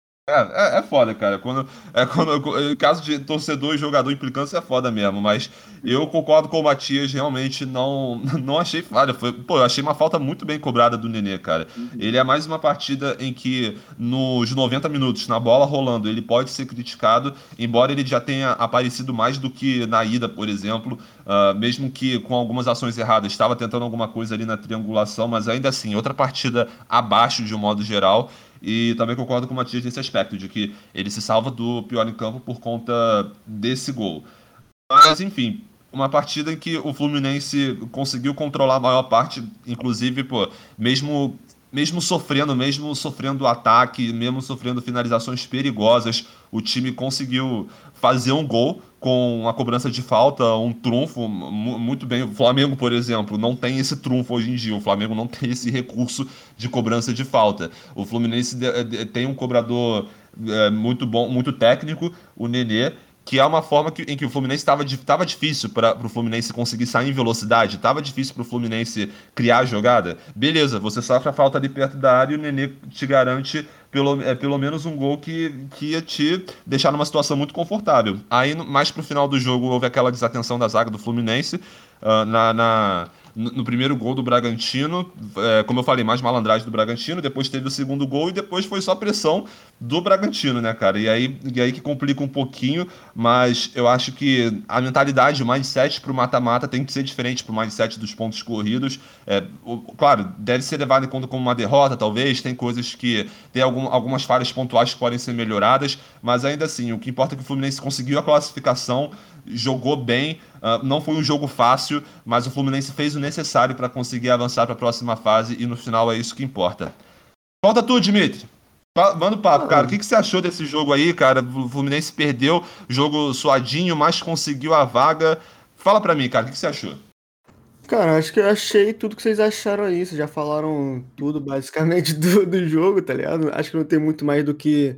É, é, é foda, cara. Quando, é quando, em caso de torcedor e jogador implicância é foda mesmo, mas eu concordo com o Matias, realmente não, não achei falha. Foi, pô, eu achei uma falta muito bem cobrada do Nenê, cara. Uhum. Ele é mais uma partida em que, nos noventa minutos, na bola rolando, ele pode ser criticado, embora ele já tenha aparecido mais do que na ida, por exemplo, ah, mesmo que com algumas ações erradas, estava tentando alguma coisa ali na triangulação, mas ainda assim, outra partida abaixo de um modo geral. E também concordo com o Matias nesse aspecto, de que ele se salva do pior em campo por conta desse gol. Mas, enfim, uma partida em que o Fluminense conseguiu controlar a maior parte, inclusive, pô, mesmo, mesmo sofrendo, mesmo sofrendo ataque, mesmo sofrendo finalizações perigosas, o time conseguiu fazer um gol com uma cobrança de falta, um trunfo, mu- muito bem. O Flamengo, por exemplo, não tem esse trunfo hoje em dia. O Flamengo não tem esse recurso de cobrança de falta. O Fluminense de- de- tem um cobrador é, muito bom, muito técnico, o Nenê, que é uma forma que- em que o Fluminense estava estava difícil para o Fluminense conseguir sair em velocidade, estava difícil para o Fluminense criar a jogada. Beleza, você sofre a falta ali perto da área e o Nenê te garante pelo, é, pelo menos um gol que, que ia te deixar numa situação muito confortável. Aí, no- mais pro final do jogo, houve aquela desatenção da zaga do Fluminense, ah, na, na- no, no primeiro gol do Bragantino, é, como eu falei, mais malandragem do Bragantino, depois teve o segundo gol e depois foi só pressão do Bragantino, né, cara? E aí, e aí que complica um pouquinho, mas eu acho que a mentalidade, o mindset pro mata-mata tem que ser diferente pro mindset dos pontos corridos. É, o- claro, deve ser levado em conta como uma derrota, talvez, tem coisas que tem algum, algumas falhas pontuais que podem ser melhoradas, mas ainda assim, o que importa é que o Fluminense conseguiu a classificação, jogou bem, ah, não foi um jogo fácil, mas o Fluminense fez o necessário para conseguir avançar para a próxima fase e no final é isso que importa. Falta tu, Dimitri. Fa- Manda o papo, cara. O que, Ah, que você achou desse jogo aí, cara? O Fluminense perdeu, jogo suadinho, mas conseguiu a vaga. Fala pra mim, cara, o que, que você achou? cara, acho que eu achei tudo que vocês acharam aí. Vocês já falaram tudo basicamente do, do jogo, tá ligado? Acho que não tem muito mais do que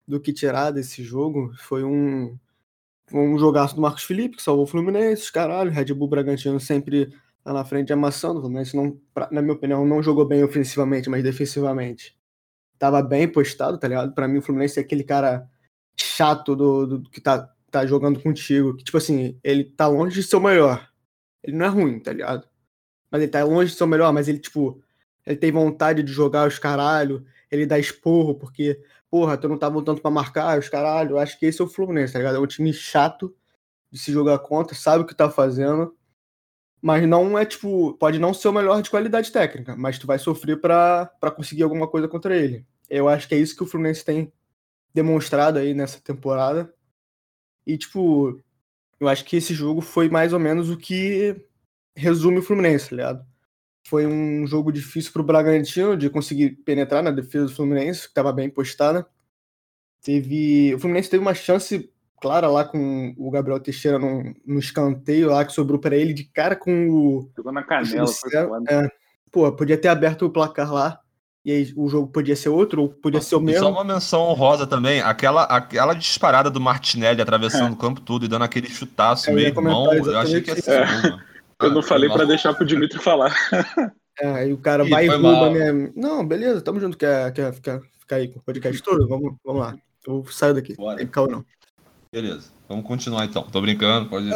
do que tirar desse jogo. Foi um, um jogaço do Marcos Felipe, que salvou o Fluminense, caralho. Red Bull Bragantino sempre lá na frente amassando. O Fluminense, não, pra, na minha opinião, não jogou bem ofensivamente, mas defensivamente tava bem postado, tá ligado? Pra mim, o Fluminense é aquele cara chato do, do que tá, tá jogando contigo. Que, tipo assim, ele tá longe de ser o melhor. Ele não é ruim, tá ligado? Mas ele tá longe de ser o melhor, mas ele, tipo, ele tem vontade de jogar os caralho, ele dá esporro, porque, porra, tu não tá voltando pra marcar os caralho. Eu acho que esse é o Fluminense, tá ligado? É um time chato de se jogar contra, sabe o que tá fazendo, mas não é, tipo, pode não ser o melhor de qualidade técnica, mas tu vai sofrer pra, pra conseguir alguma coisa contra ele. Eu acho que é isso que o Fluminense tem demonstrado aí nessa temporada. E, tipo, eu acho que esse jogo foi mais ou menos o que resume o Fluminense, tá ligado? Foi um jogo difícil pro Bragantino de conseguir penetrar na defesa do Fluminense, que tava bem postada. Teve... O Fluminense teve uma chance clara lá com o Gabriel Teixeira no, no escanteio lá, que sobrou pra ele de cara com o... Jogou na canela, foi foda. É, pô, podia ter aberto o placar lá, e aí o jogo podia ser outro, ou podia ser o mesmo. Só uma menção honrosa também, aquela, aquela disparada do Martinelli atravessando é. o campo todo e dando aquele chutaço, é, meu irmão, eu achei que ia ser é. gol, Eu não ah, falei pra deixar pro Dimitri falar. É, aí o cara Ih, vai e rouba mesmo. Não, beleza, tamo junto, quer, quer ficar, ficar aí com o podcast todo? Vamos, vamos lá, eu saio daqui, não tem calma não. Beleza, vamos continuar então. Tô brincando, pode ir.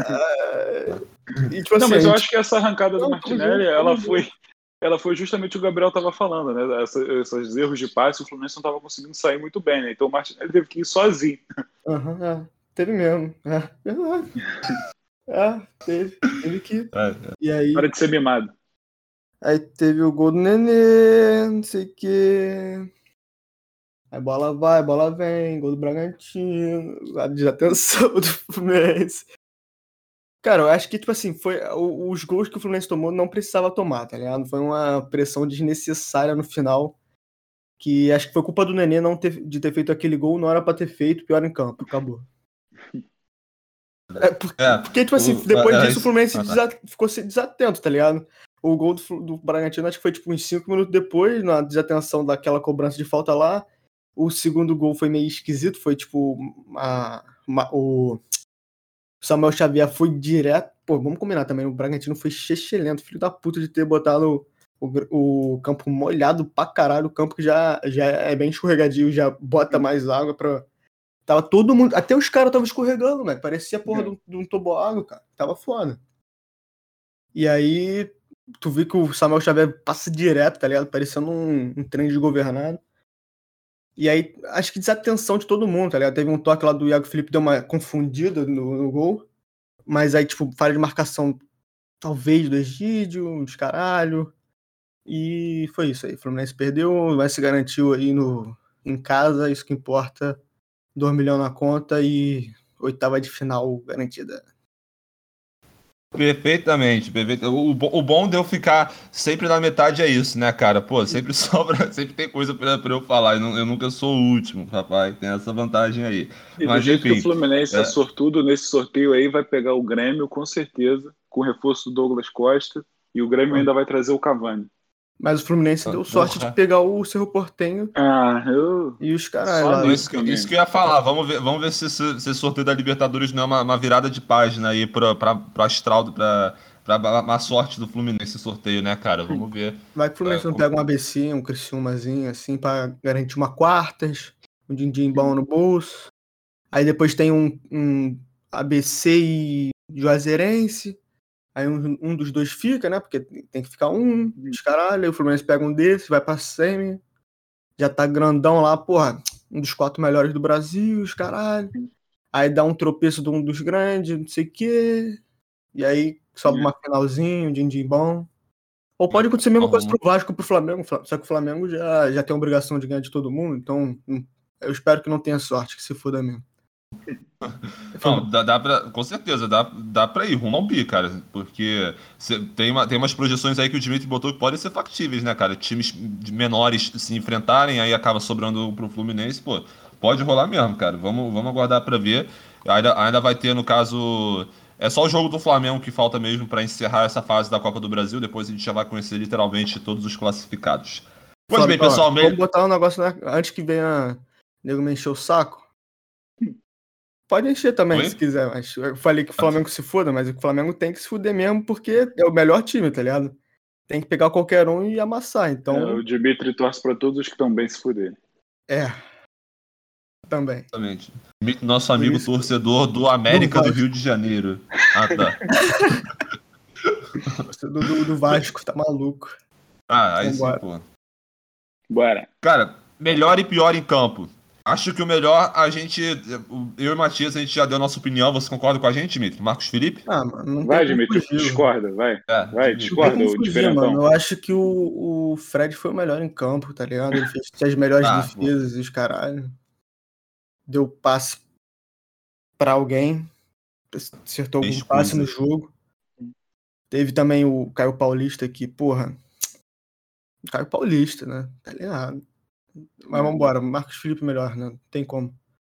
E, tipo assim, não, mas eu acho que essa arrancada não, do Martinelli, junto, ela, foi, ela foi justamente o que o Gabriel tava falando, né? Essa, esses erros de passe, o Fluminense não tava conseguindo sair muito bem, né? Então o Martinelli teve que ir sozinho. Aham, uhum, é, teve mesmo. É, verdade. É, teve, teve que. É, é. E aí. Para de ser mimado. Aí teve o gol do Nenê, não sei o quê. Aí bola vai, bola vem, gol do Bragantino, a desatenção do Fluminense. Cara, eu acho que, tipo assim, foi, os gols que o Fluminense tomou não precisava tomar, tá ligado? Foi uma pressão desnecessária no final, que acho que foi culpa do Nenê não ter, de ter feito aquele gol, não era pra ter feito, pior em campo, acabou. É, porque, é, porque, tipo assim, depois é, disso o Fluminense ah, tá. desa- ficou desatento, tá ligado? O gol do, do Bragantino acho que foi tipo uns cinco minutos depois, na desatenção daquela cobrança de falta lá. O segundo gol foi meio esquisito, foi tipo uma, uma, o Samuel Xavier foi direto. Pô, vamos combinar também, o Bragantino foi chechelento, filho da puta de ter botado o, o, o campo molhado pra caralho, o campo que já, já é bem escorregadio, já bota mais água pra... Tava todo mundo, até os caras estavam escorregando, velho, parecia a porra de um, de um toboágua, cara, tava foda. E aí, tu viu que o Samuel Xavier passa direto, tá ligado, parecendo um, um trem desgovernado. E aí, acho que desatenção de todo mundo, tá ligado? Teve um toque lá do Iago Felipe, deu uma confundida no, no gol. Mas aí, tipo, falha de marcação, talvez, do Egídio, de caralho. E foi isso aí. O Fluminense perdeu, mas se garantiu aí no, em casa, isso que importa. dois milhões na conta e oitava de final garantida. Perfeitamente, perfeito. O, o bom de eu ficar sempre na metade é isso, né, cara? Pô, sempre sobra, sempre tem coisa pra, pra eu falar. Eu, não, eu nunca sou o último, rapaz. Tem essa vantagem aí. E Mas, do jeito enfim, que o Fluminense é. é sortudo nesse sorteio aí, vai pegar o Grêmio, com certeza, com o reforço do Douglas Costa, e o Grêmio ainda vai trazer o Cavani. Mas o Fluminense deu sorte de pegar o Cerro Porteño ah, eu... e os caras. Isso, isso que eu ia falar. Vamos ver, vamos ver se esse sorteio da Libertadores não é uma, uma virada de página aí para o astral, para a sorte do Fluminense esse sorteio, né, cara? Vamos ver. Vai que o Fluminense é, não pega um A B C, um Criciúmazinho, assim, para garantir uma quartas, um din-din bom no bolso. Aí depois tem um, um A B C e Juazeirense. Aí um, um dos dois fica, né? Porque tem que ficar um, os caralho. Aí o Fluminense pega um desses, vai pra semi. Já tá grandão lá, porra. Um dos quatro melhores do Brasil, os caralho. Aí dá um tropeço de um dos grandes, não sei o quê. E aí sobe uma finalzinho, um din-din bom. Ou pode acontecer a mesma coisa pro Vasco, pro Flamengo. Só que o Flamengo já, já tem a obrigação de ganhar de todo mundo. Então eu espero que não tenha sorte, que se foda mesmo. Não, dá, dá pra, com certeza, dá, dá pra ir rumo ao bi, cara, porque cê, tem, uma, tem umas projeções aí que o Dimitri botou que podem ser factíveis, né, cara, times menores se enfrentarem, aí acaba sobrando pro Fluminense, pô, pode rolar mesmo, cara, vamos, vamos aguardar pra ver, ainda, ainda vai ter, no caso, é só o jogo do Flamengo que falta mesmo pra encerrar essa fase da Copa do Brasil, depois a gente já vai conhecer literalmente todos os classificados. Pois bem, pessoal, ó, meio... vamos botar um negócio, né, antes que venha nego me encheu o saco. Pode encher também, Oi? se quiser, mas eu falei que o Flamengo se foda, mas o Flamengo tem que se fuder mesmo porque é o melhor time, tá ligado? Tem que pegar qualquer um e amassar, É, então, o Dimitri torce pra todos os que estão bem se fuderem. é, também. Exatamente. Mi- Nosso Por amigo isso- torcedor do América Do do Vasco. Rio de Janeiro. Ah, tá. Do, do, do Vasco, tá maluco. Ah, aí sim, Vambora. pô. Bora. Cara, melhor e pior em campo. Acho que o melhor, a gente. Eu e o Matias, a gente já deu a nossa opinião. Você concorda com a gente, Dimitri? Marcos Felipe? Ah, mano, não Vai, tem como Dimitri, fugir. discorda, vai. É, Vai, Dimitri. Não tem discorda, como o fugir, diferentão. mano. Eu acho que o, o Fred foi o melhor em campo, tá ligado? Ele fez as melhores Ah, defesas e os caralho. Deu passe pra alguém. Acertou algum Fez passe coisa. no jogo. Teve também o Caio Paulista aqui, porra. Caio Paulista, né? Tá ligado. Mas vambora, Marcos Felipe melhor, né? Não tem como.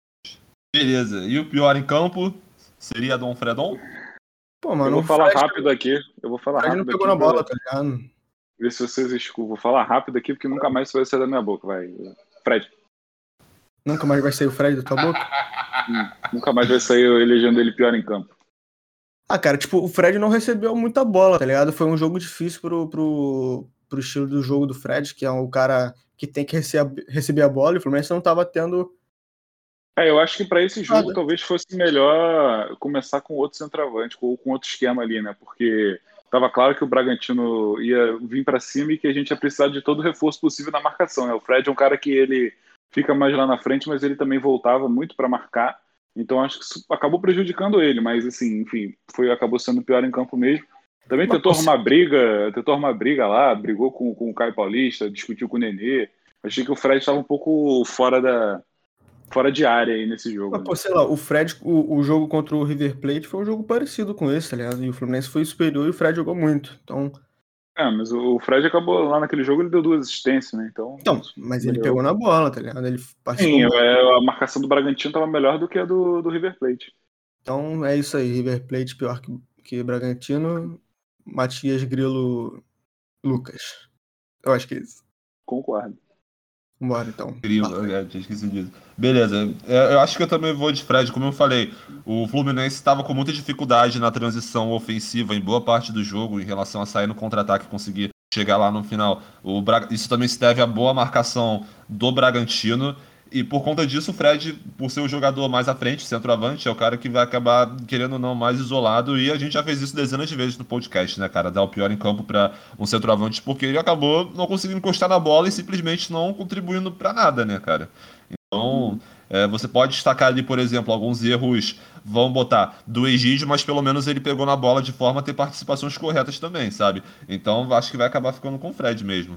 Beleza. E o pior em campo seria Dom Fredon? Pô, mano, Eu vou o falar Fred, rápido aqui. Eu vou o falar Fred não rápido pegou aqui na bola, pra tá ligado? ver se vocês escutam. Vou falar rápido aqui porque nunca mais isso vai sair da minha boca, vai. Fred. Nunca mais vai sair o Fred da tua boca? Hum, nunca mais vai sair eu elegendo ele pior em campo. Ah, cara, tipo, o Fred não recebeu muita bola, tá ligado? Foi um jogo difícil pro, pro, pro estilo do jogo do Fred, que é o cara que tem que receber, receber a bola, e o Fluminense não tava tendo. É, eu acho que para esse jogo Nada. talvez fosse melhor começar com outro centroavante ou com outro esquema ali, né? Porque tava claro que o Bragantino ia vir para cima e que a gente ia precisar de todo o reforço possível na marcação, né? O Fred é um cara que ele fica mais lá na frente, mas ele também voltava muito para marcar. Então acho que isso acabou prejudicando ele, mas assim, enfim, foi acabou sendo pior em campo mesmo. Também Mas, tentou pô, arrumar briga, tentou arrumar briga lá, brigou com, com o Caio Paulista, discutiu com o Nenê. Achei que o Fred estava um pouco fora da fora de área aí nesse jogo. Mas, Né? pô, sei lá, o Fred, o, o jogo contra o River Plate foi um jogo parecido com esse, tá ligado? E o Fluminense foi superior e o Fred jogou muito. Então, É, mas o Fred acabou lá naquele jogo, ele deu duas assistências, né? Então, então mas ele melhorou. pegou na bola, tá ligado? Ele participou Sim, muito. é, a marcação do Bragantino estava melhor do que a do, do River Plate. Então é isso aí, River Plate pior que, que Bragantino, Matias Grilo Lucas. Eu acho que é isso. Concordo. Vambora então. Incrível, é, tinha esquecido disso. Beleza, é, eu acho que eu também vou de Fred, como eu falei, o Fluminense estava com muita dificuldade na transição ofensiva em boa parte do jogo em relação a sair no contra-ataque e conseguir chegar lá no final. O Bra... Isso também se deve à boa marcação do Bragantino e por conta disso o Fred, por ser o jogador mais à frente, centroavante, é o cara que vai acabar, querendo ou não, mais isolado e a gente já fez isso dezenas de vezes no podcast, né, cara? Dar o pior em campo para um centroavante porque ele acabou não conseguindo encostar na bola e simplesmente não contribuindo para nada, né, cara? Então, é, você pode destacar ali, por exemplo, alguns erros, vamos botar, do Egídio, mas pelo menos ele pegou na bola de forma a ter participações corretas também, sabe? Então, acho que vai acabar ficando com o Fred mesmo.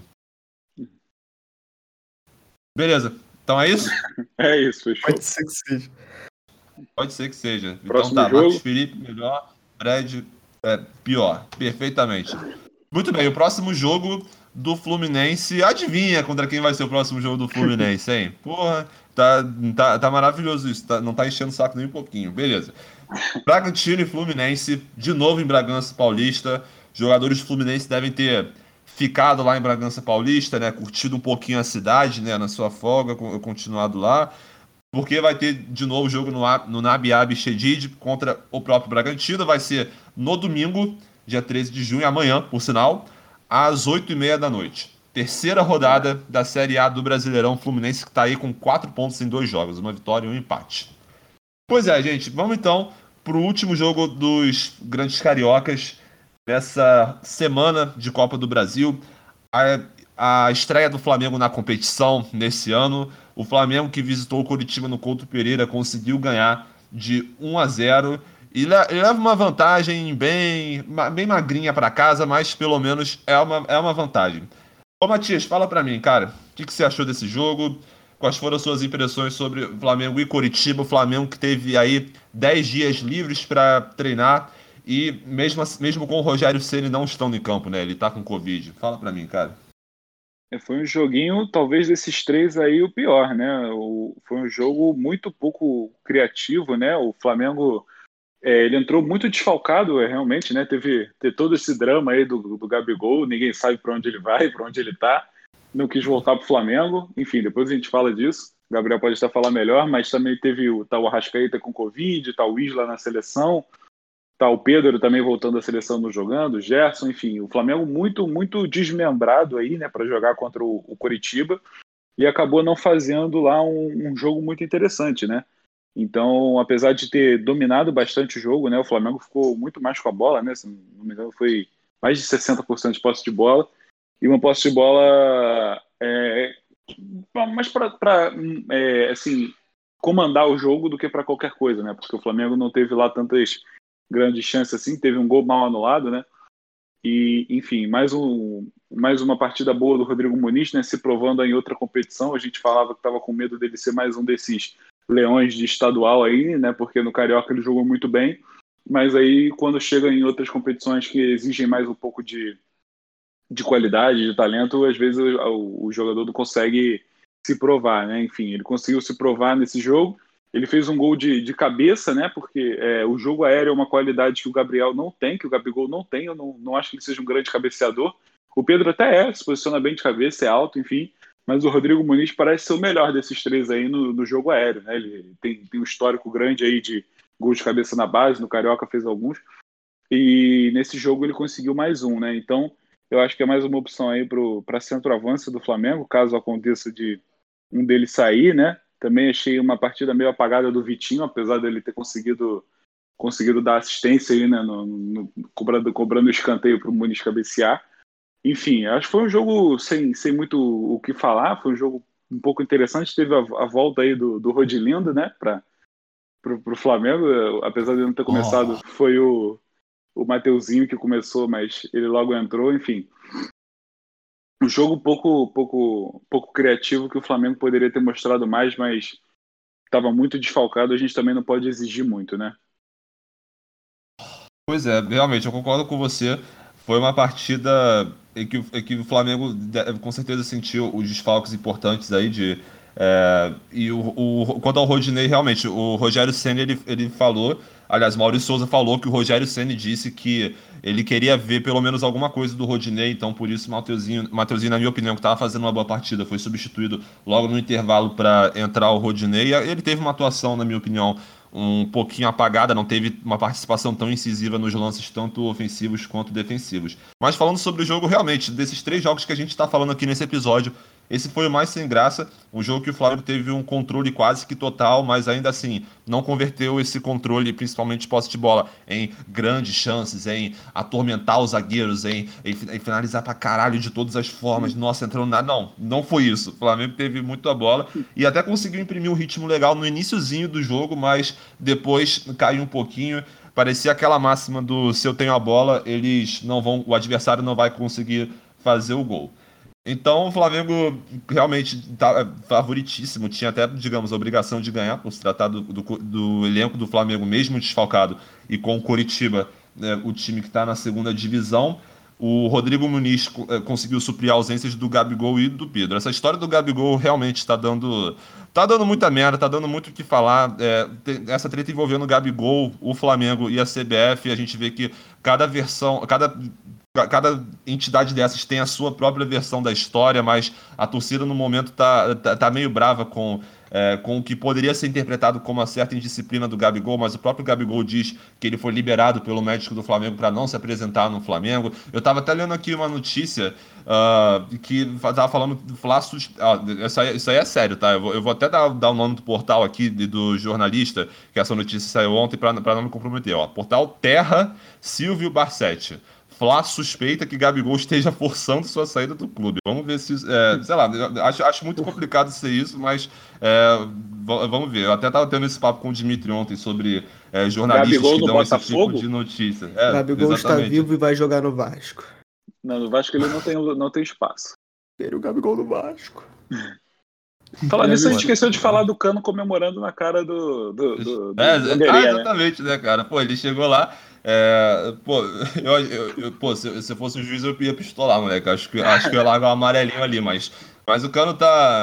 Beleza. Então é isso? É isso, fechou. Pode ser que seja. Pode ser que seja. Próximo então tá, jogo. Marcos Felipe melhor, Fred é, pior. Perfeitamente. Muito bem, o próximo jogo do Fluminense. Adivinha contra quem vai ser o próximo jogo do Fluminense, hein? Porra, tá, tá, tá maravilhoso isso. Tá, não tá enchendo o saco nem um pouquinho. Beleza. Bragantino e Fluminense, de novo em Bragança Paulista. Jogadores do Fluminense devem ter ficado lá em Bragança Paulista, né? Curtido um pouquinho a cidade, né? Na sua folga, continuado lá. Porque vai ter de novo o jogo no, no Nabiab Shedid contra o próprio Bragantino. Vai ser no domingo, dia treze de junho, amanhã, por sinal, às oito e meia da noite. Terceira rodada da Série A do Brasileirão. Fluminense que está aí com quatro pontos em dois jogos, uma vitória e um empate. Pois é, gente, vamos então para o último jogo dos grandes cariocas nessa semana de Copa do Brasil. A, a estreia do Flamengo na competição nesse ano. O Flamengo que visitou o Coritiba no Couto Pereira conseguiu ganhar de um a zero e leva uma vantagem bem, bem magrinha para casa, mas pelo menos é uma, é uma vantagem. Ô Matias, fala para mim, cara, o que, que você achou desse jogo? Quais foram as suas impressões sobre o Flamengo e Coritiba? O Flamengo que teve aí dez dias livres para treinar e mesmo, mesmo com o Rogério Ceni não estando em campo, né? Ele tá com Covid. Fala para mim, cara. Foi um joguinho, talvez desses três aí, o pior, né? O, foi um jogo muito pouco criativo, né? O Flamengo, é, ele entrou muito desfalcado, é, realmente, né? Teve, teve todo esse drama aí do, do Gabigol, ninguém sabe para onde ele vai, para onde ele tá. Não quis voltar pro Flamengo, enfim, depois a gente fala disso. o Gabriel pode estar falando melhor, mas também teve o tal Arrascaeta com Covid, tal o Isla na seleção, tal o Pedro também voltando à seleção não jogando, o Gerson, enfim, o Flamengo muito, muito desmembrado aí, né, para jogar contra o, o Coritiba, e acabou não fazendo lá um, um jogo muito interessante, né? Então, apesar de ter dominado bastante o jogo, né, o Flamengo ficou muito mais com a bola, né? Se não me engano, foi mais de sessenta por cento de posse de bola, e uma posse de bola é, mais para é, assim, comandar o jogo do que para qualquer coisa, né? Porque o Flamengo não teve lá tantas grandes chances assim, teve um gol mal anulado, né? E, enfim, mais, um, mais uma partida boa do Rodrigo Muniz, né? Se provando em outra competição. A gente falava que estava com medo dele ser mais um desses leões de estadual aí, né? Porque no Carioca ele jogou muito bem, mas aí quando chega em outras competições que exigem mais um pouco de, de qualidade, de talento, às vezes o, o jogador não consegue se provar, né? Enfim, ele conseguiu se provar nesse jogo. Ele fez um gol de, de cabeça, né? Porque é, o jogo aéreo é uma qualidade que o Gabriel não tem, que o Gabigol não tem. Eu não, não acho que ele seja um grande cabeceador. O Pedro até é, se posiciona bem de cabeça, é alto, enfim. Mas o Rodrigo Muniz parece ser o melhor desses três aí no, no jogo aéreo, né? Ele tem, tem um histórico grande aí de gols de cabeça na base, no Carioca fez alguns. E nesse jogo ele conseguiu mais um, né? Então, eu acho que é mais uma opção aí para centroavance do Flamengo, caso aconteça de um deles sair, né? Também achei uma partida meio apagada do Vitinho, apesar dele ter conseguido, conseguido dar assistência aí, né? No, no, cobrando, cobrando o escanteio para o Muniz cabecear. Enfim, acho que foi um jogo sem, sem muito o que falar, foi um jogo um pouco interessante. Teve a, a volta aí do, do Rodilindo, né? Para o Flamengo, apesar de não ter começado, oh. foi o, o Mateuzinho que começou, mas ele logo entrou, enfim. Um jogo pouco, pouco, pouco criativo que o Flamengo poderia ter mostrado mais, mas estava muito desfalcado, a gente também não pode exigir muito, né? Pois é, realmente, eu concordo com você. Foi uma partida em que, em que o Flamengo com certeza sentiu os desfalques importantes aí de... É, e o, o, quanto ao Rodinei, realmente, o Rogério Ceni ele, ele falou, aliás, Maurício Souza falou que o Rogério Ceni disse que ele queria ver pelo menos alguma coisa do Rodinei, então por isso o Mateuzinho, Mateuzinho, na minha opinião, que estava fazendo uma boa partida, foi substituído logo no intervalo para entrar o Rodinei. Ele teve uma atuação, na minha opinião, um pouquinho apagada, não teve uma participação tão incisiva nos lances, tanto ofensivos quanto defensivos. Mas falando sobre o jogo, realmente, desses três jogos que a gente está falando aqui nesse episódio, esse foi o mais sem graça, um jogo que o Flamengo teve um controle quase que total, mas ainda assim não converteu esse controle, principalmente de posse de bola, em grandes chances, em atormentar os zagueiros, em, em, em finalizar pra caralho de todas as formas, nossa, entrando nada. Não, não foi isso. O Flamengo teve muito a bola e até conseguiu imprimir um ritmo legal no iniciozinho do jogo, mas depois caiu um pouquinho. Parecia aquela máxima do se eu tenho a bola, eles não vão, o adversário não vai conseguir fazer o gol. Então o Flamengo realmente tá favoritíssimo, tinha até, digamos, a obrigação de ganhar, por se tratar do, do, do elenco do Flamengo, mesmo desfalcado, e com o Coritiba, né, o time que está na segunda divisão. O Rodrigo Muniz eh, conseguiu suprir ausências do Gabigol e do Pedro. Essa história do Gabigol realmente está dando, tá dando muita merda, está dando muito o que falar. É, tem, essa treta envolvendo o Gabigol, o Flamengo e a C B F, a gente vê que cada versão, cada Cada entidade dessas tem a sua própria versão da história, mas a torcida no momento tá, tá, tá meio brava com, é, com o que poderia ser interpretado como uma certa indisciplina do Gabigol, mas o próprio Gabigol diz que ele foi liberado pelo médico do Flamengo para não se apresentar no Flamengo. Eu estava até lendo aqui uma notícia uh, que estava falando do Flávio... Uh, isso, aí, isso aí é sério, tá? Eu vou, eu vou até dar, dar o nome do portal aqui, do jornalista, que essa notícia saiu ontem, para não me comprometer. Ó. Portal Terra Silvio Barsetti. Flá suspeita que Gabigol esteja forçando sua saída do clube. Vamos ver se... É, sei lá, acho, acho muito complicado ser isso, mas é, vamos ver. Eu até estava tendo esse papo com o Dimitri ontem sobre é, jornalistas Gabigol que dão esse tipo Botafogo? de notícia. É, Gabigol exatamente. Está vivo e vai jogar no Vasco. Não, no Vasco ele não tem, não tem espaço. Quero o Gabigol no Vasco. Falar nisso, a gente esqueceu de falar do Cano comemorando na cara do... do, do, do é, Longueirinha, ah, exatamente, né? né, cara? Pô, ele chegou lá... É, pô, eu, eu, eu, pô se, se eu fosse o juiz eu ia pistolar, moleque. Acho que, acho que eu ia largar um amarelinho ali, mas, mas o Cano tá.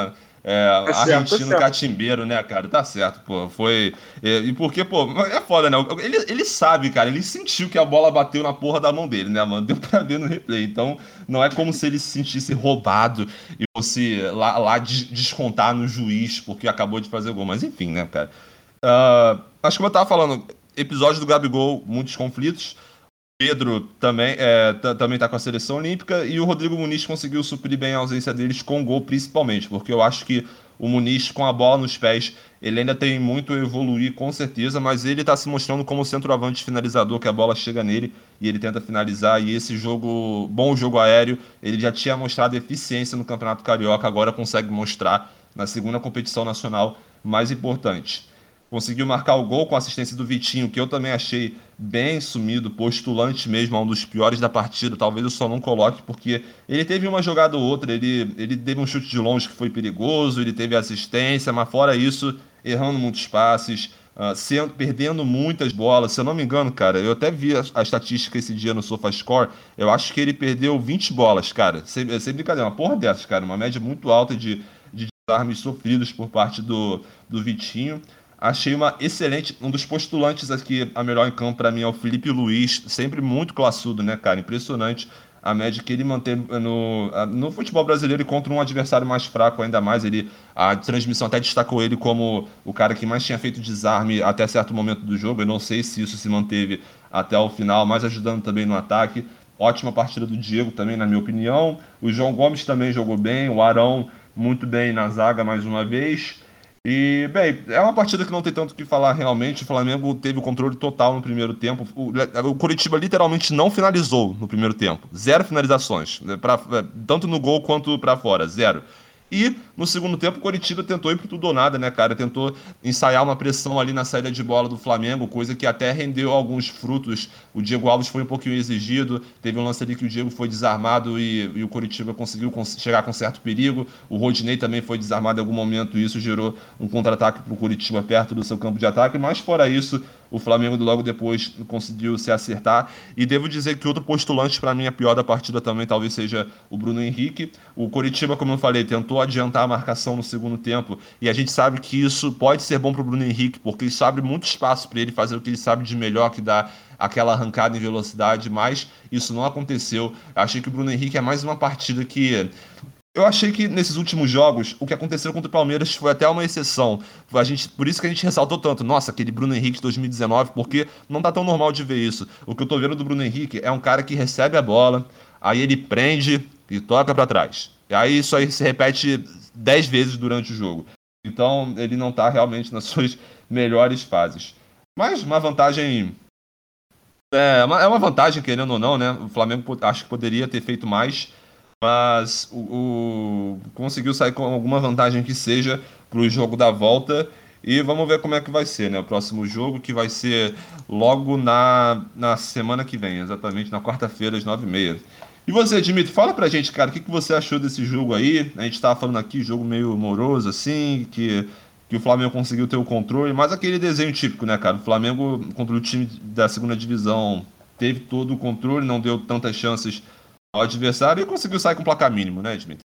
É, Tá certo, tá argentino certo. catimbeiro, né, cara? Tá certo, pô. Foi. E, e porque, pô, é foda, né? Ele, ele sabe, cara. Ele sentiu que a bola bateu na porra da mão dele, né, mano? Deu pra ver no replay. Então, não é como se ele se sentisse roubado e fosse lá, lá des- descontar no juiz porque acabou de fazer gol. Mas enfim, né, cara? Ah, acho que como eu tava falando, episódio do Gabigol, muitos conflitos. Pedro também, é, t- também tá com a seleção olímpica e o Rodrigo Muniz conseguiu suprir bem a ausência deles com gol, principalmente, porque eu acho que o Muniz, com a bola nos pés, ele ainda tem muito a evoluir, com certeza, mas ele tá se mostrando como centroavante finalizador, que a bola chega nele e ele tenta finalizar. E esse jogo, bom jogo aéreo, ele já tinha mostrado eficiência no Campeonato Carioca, agora consegue mostrar na segunda competição nacional mais importante. Conseguiu marcar o gol com a assistência do Vitinho, que eu também achei bem sumido, postulante mesmo, a um dos piores da partida. Talvez eu só não coloque, porque ele teve uma jogada ou outra, ele, ele teve um chute de longe que foi perigoso, ele teve assistência, mas fora isso, errando muitos passes, uh, sendo, perdendo muitas bolas. Se eu não me engano, cara, eu até vi a, a estatística esse dia no SofaScore, eu acho que ele perdeu vinte bolas, cara. Sem, sem brincadeira, uma porra dessas, cara, uma média muito alta de, de desarmes sofridos por parte do, do Vitinho. Achei uma excelente. Um dos postulantes aqui a melhor em campo para mim é o Felipe Luiz, sempre muito classudo, né, cara? Impressionante a média que ele mantém no, no futebol brasileiro e contra um adversário mais fraco, ainda mais. Ele, a transmissão até destacou ele como o cara que mais tinha feito desarme até certo momento do jogo. Eu não sei se isso se manteve até o final, mas ajudando também no ataque. Ótima partida do Diego também, na minha opinião. O João Gomes também jogou bem, o Arão muito bem na zaga mais uma vez. E, bem, é uma partida que não tem tanto o que falar realmente. O Flamengo teve o controle total no primeiro tempo. O, o Coritiba literalmente não finalizou no primeiro tempo. Zero finalizações, né, pra, tanto no gol quanto pra fora. Zero. E no segundo tempo o Coritiba tentou ir por tudo ou nada, né, cara? Tentou ensaiar uma pressão ali na saída de bola do Flamengo, coisa que até rendeu alguns frutos. O Diego Alves foi um pouquinho exigido, teve um lance ali que o Diego foi desarmado e, e o Coritiba conseguiu cons- chegar com certo perigo. O Rodinei também foi desarmado em algum momento e isso gerou um contra-ataque para o Coritiba perto do seu campo de ataque. Mas fora isso, o Flamengo logo depois conseguiu se acertar. E devo dizer que outro postulante para mim, a pior da partida também talvez seja o Bruno Henrique. O Coritiba, como eu falei, tentou adiantar a marcação no segundo tempo e a gente sabe que isso pode ser bom para o Bruno Henrique, porque isso abre muito espaço para ele fazer o que ele sabe de melhor, que dá aquela arrancada em velocidade, mas isso não aconteceu. Achei que o Bruno Henrique é mais uma partida que... Eu achei que nesses últimos jogos, o que aconteceu contra o Palmeiras foi até uma exceção. A gente, por isso que a gente ressaltou tanto. Nossa, aquele Bruno Henrique de dois mil e dezenove, porque não tá tão normal de ver isso. O que eu tô vendo do Bruno Henrique é um cara que recebe a bola, aí ele prende e toca pra trás. E aí isso aí se repete dez vezes durante o jogo. Então ele não tá realmente nas suas melhores fases. Mas uma vantagem... É uma, é uma vantagem, querendo ou não, né? O Flamengo acho que poderia ter feito mais, mas o, o- conseguiu sair com alguma vantagem que seja para o jogo da volta. E vamos ver como é que vai ser, né? O próximo jogo, que vai ser logo na, na semana que vem, exatamente na quarta-feira, às nove e meia. E você, Dimitri, fala pra gente, cara, o que, que você achou desse jogo aí? A gente tava falando aqui, jogo meio moroso, assim, que, que o Flamengo conseguiu ter o controle, mas aquele desenho típico, né, cara? O Flamengo, contra o time da segunda divisão, teve todo o controle, não deu tantas chances ao adversário e conseguiu sair com placar mínimo, né, Dimitri?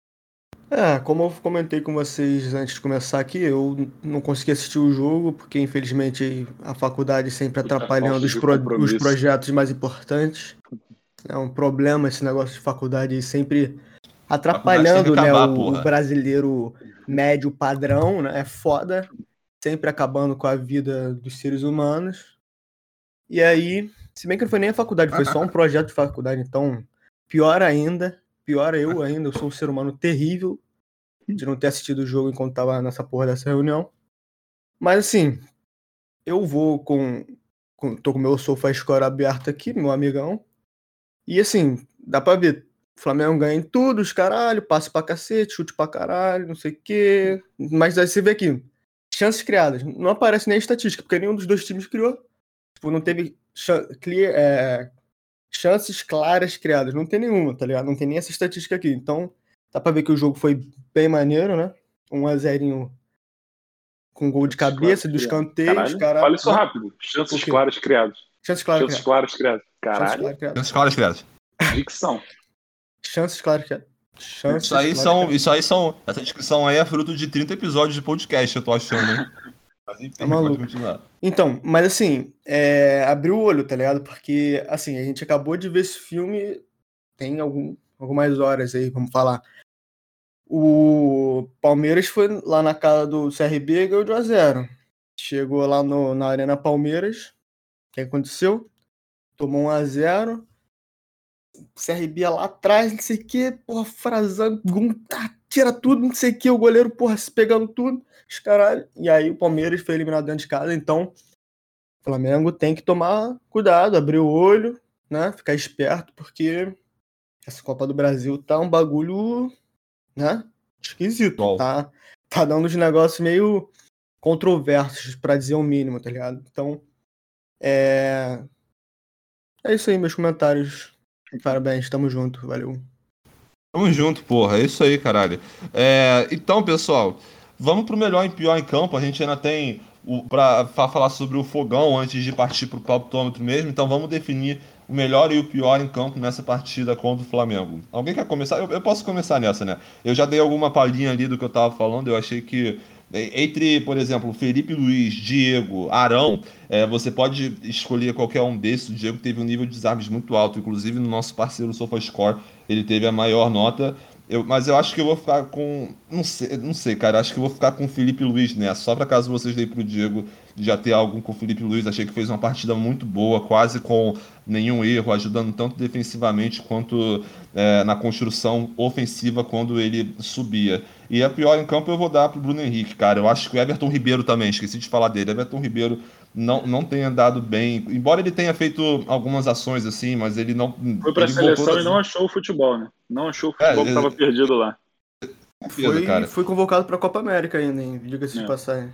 É, como eu comentei com vocês antes de começar aqui, eu não consegui assistir o jogo, porque infelizmente a faculdade sempre Puta, atrapalhando falta os, de pro- os compromisso. projetos mais importantes. É um problema esse negócio de faculdade aí, sempre A faculdade tem que atrapalhando, né, acabar, o, o porra. brasileiro médio padrão, né? É foda, sempre acabando com a vida dos seres humanos. E aí, se bem que não foi nem a faculdade, foi só um projeto de faculdade, então pior ainda, pior eu ainda, eu sou um ser humano terrível de não ter assistido o jogo enquanto tava nessa porra dessa reunião. Mas assim, eu vou com, com tô com o meu SofaScore aberto aqui, meu amigão. E assim, dá pra ver, o Flamengo ganha em tudo, os caralho, passe pra cacete, chute pra caralho, não sei o quê. Mas aí você vê aqui, chances criadas. Não aparece nem a estatística, porque nenhum dos dois times criou. Tipo, não teve chan- clear, é, chances claras criadas. Não tem nenhuma, tá ligado? Não tem nem essa estatística aqui. Então, dá pra ver que o jogo foi bem maneiro, né? um a zero com gol de Chances claras cabeça, dos criadas. escanteios, Caralho, cara. fala isso Hã? rápido. O Chances quê? claras criadas. Chances claras Chances criadas. claras criadas. Chances Caralho, claras criadas. Chances claras, criadas. dicção. Chances claras criadas. Chances Isso aí claras são. que- Isso aí são. Essa descrição aí é fruto de trinta episódios de podcast, eu tô achando, hein? Mas Tá enfim, pode maluco. continuar. Então, mas assim, é, abriu o olho, tá ligado? Porque, assim, a gente acabou de ver esse filme tem algum, algumas horas aí, vamos falar. O Palmeiras foi lá na casa do C R B e ganhou de um a zero. Chegou lá no, na Arena Palmeiras. O que aconteceu? Tomou um a zero. C R B lá atrás, não sei o que, porra, Frazão, gum, tá, tira tudo, não sei o que, o goleiro, porra, se pegando tudo, os caralho. E aí o Palmeiras foi eliminado dentro de casa, então o Flamengo tem que tomar cuidado, abrir o olho, né, ficar esperto, porque essa Copa do Brasil tá um bagulho, né, esquisito, Bom. tá, tá dando uns negócios meio controversos, pra dizer o mínimo, tá ligado? Então, é... É isso aí, meus comentários. Parabéns, tamo junto, valeu. Tamo junto, porra. É isso aí, caralho. É, então, pessoal, vamos pro melhor e pior em campo. A gente ainda tem o, pra, pra falar sobre o fogão antes de partir pro palpitômetro mesmo. Então vamos definir o melhor e o pior em campo nessa partida contra o Flamengo. Alguém quer começar? Eu, eu posso começar nessa, né? Eu já dei alguma palhinha ali do que eu tava falando. Eu achei que é, entre, por exemplo, Felipe Luiz, Diego, Arão, é, você pode escolher qualquer um desses. O Diego teve um nível de desarmes muito alto, inclusive no nosso parceiro SofaScore, ele teve a maior nota. Eu, mas eu acho que eu vou ficar com. Não sei, não sei, cara. Acho que eu vou ficar com o Felipe Luiz nessa. Só para caso vocês deem pro Diego já ter algo com o Felipe Luiz. Achei que fez uma partida muito boa, quase com nenhum erro, ajudando tanto defensivamente quanto é, na construção ofensiva quando ele subia. E a pior em campo eu vou dar pro Bruno Henrique, cara. Eu acho que o Everton Ribeiro também, esqueci de falar dele. Everton Ribeiro não, não tem andado bem. Embora ele tenha feito algumas ações assim, mas ele não. Foi pra ele seleção voltou e da- não achou o futebol, né? Não achou o É, futebol que tava é, perdido lá. certeza, Foi, cara. foi convocado pra Copa América ainda, hein? Diga-se É. de passagem.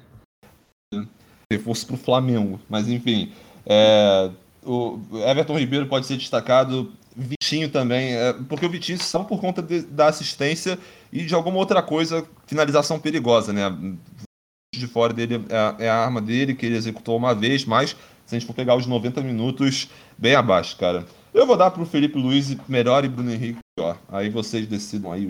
Se fosse pro Flamengo. Mas enfim. é, o Everton Ribeiro pode ser destacado. Vitinho também. é, porque o Vitinho só por conta de- da assistência e de alguma outra coisa, finalização perigosa, né? De fora dele é a, é a arma dele, que ele executou uma vez, mas se a gente for pegar os noventa minutos, bem abaixo, cara. Eu vou dar pro Felipe Luiz melhor e Bruno Henrique pior. Aí vocês decidam aí.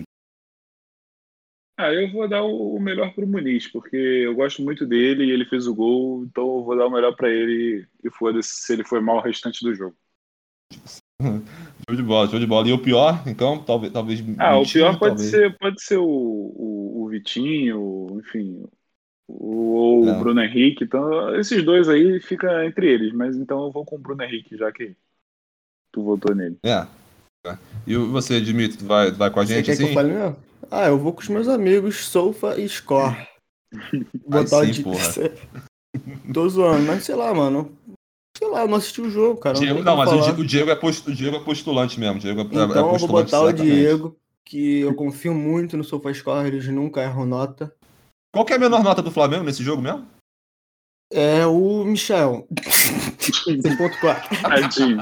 Ah, eu vou dar o o melhor pro Muniz, porque eu gosto muito dele e ele fez o gol, então eu vou dar o melhor pra ele e foda-se se ele foi mal o restante do jogo. Show de bola, show de bola. E o pior, então, talvez, talvez Ah, o Vitinho, pior pode talvez. ser, pode ser o, o, o Vitinho, enfim, o, ou o É. Bruno Henrique. Então, esses dois aí fica entre eles, mas então eu vou com o Bruno Henrique, já que tu votou nele. É. E o- você, Dimitri, tu vai, vai com a Você gente quer que eu assim? fale mesmo? Ah, eu vou com os meus amigos Sofa e Score. Aí Botar o sim, de... porra. Tô zoando, mas sei lá, mano. Sei lá, eu não assisti o jogo, cara. Diego, tem não, como mas o, falar. Di- o Diego é post, o Diego é postulante mesmo. O Diego é, é Então eu vou postulante botar o certamente. Diego, que eu confio muito no SofaScore, eles nunca erram nota. Qual que é a menor nota do Flamengo nesse jogo mesmo? É o Michel. seis ponto quatro. Tadinho.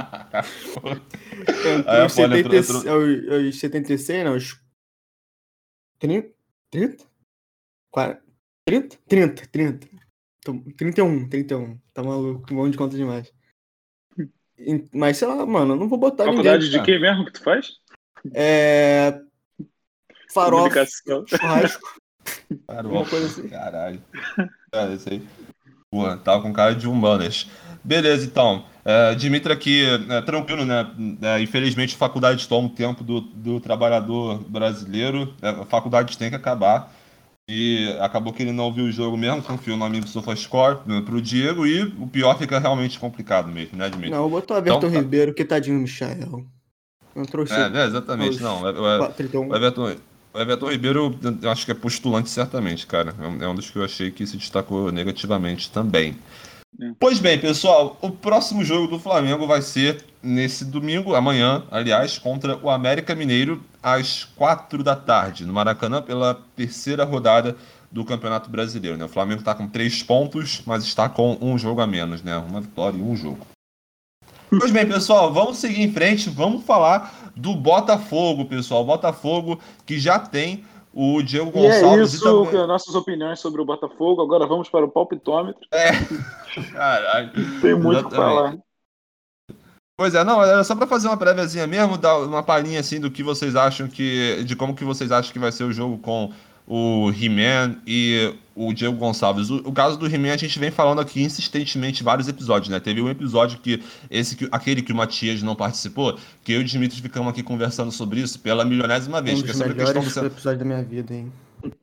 Entrou É, os pô, ele setenta, entrou- entrou- os- os setenta e seis, não, os trinta? trinta? quarenta? trinta? trinta, trinta. Tô- trinta e um, trinta e um. Tá maluco, um monte de conta demais. E- Mas sei lá, mano, eu não vou botar Faculdade ninguém. de quem mesmo que tu faz? É. Farofa, Comunicação. churrasco, Cara, alguma coisa assim. Caralho. Cara, esse aí. Porra, tava com cara de humanas. Beleza, então. É, Dimitri aqui, é, tranquilo, né? É, infelizmente, faculdade toma o tempo do, do trabalhador brasileiro. É, a faculdade tem que acabar. E acabou que ele não viu o jogo mesmo, confiou no amigo SofaScore, né, pro Diego, e o pior fica realmente complicado mesmo, né, Dimitri? Não, eu botou o Everton Então, tá. Ribeiro, que tadinho do Michel. Não trouxe É, é, exatamente, aos não. É, é, trinta e um. o Everton, o Everton Ribeiro, eu acho que é postulante certamente, cara. É um, é um dos que eu achei que se destacou negativamente também. É. Pois bem, pessoal, o próximo jogo do Flamengo vai ser nesse domingo, amanhã, aliás, contra o América Mineiro, às quatro da tarde, no Maracanã, pela terceira rodada do Campeonato Brasileiro, né? O Flamengo está com três pontos, mas está com um jogo a menos, né? Uma vitória e um jogo. Pois bem, pessoal, vamos seguir em frente, vamos falar do Botafogo, pessoal. Botafogo que já tem o Diego E é Gonçalves isso, também... que- nossas opiniões sobre o Botafogo. Agora vamos para o palpitômetro. É, caralho. Tem muito o que Exatamente. falar. Pois é, não, era só pra fazer uma préviazinha mesmo, dar uma palhinha assim do que vocês acham que. De como que vocês acham que vai ser o jogo com o He-Man e o Diego Gonçalves. O, o caso do He-Man a gente vem falando aqui insistentemente em vários episódios, né? Teve um episódio que, esse, que aquele que o Matias não participou, que eu e o Dimitri ficamos aqui conversando sobre isso pela milionésima vez, Um que é dos sobre a questão do melhores episódios da minha vida, hein?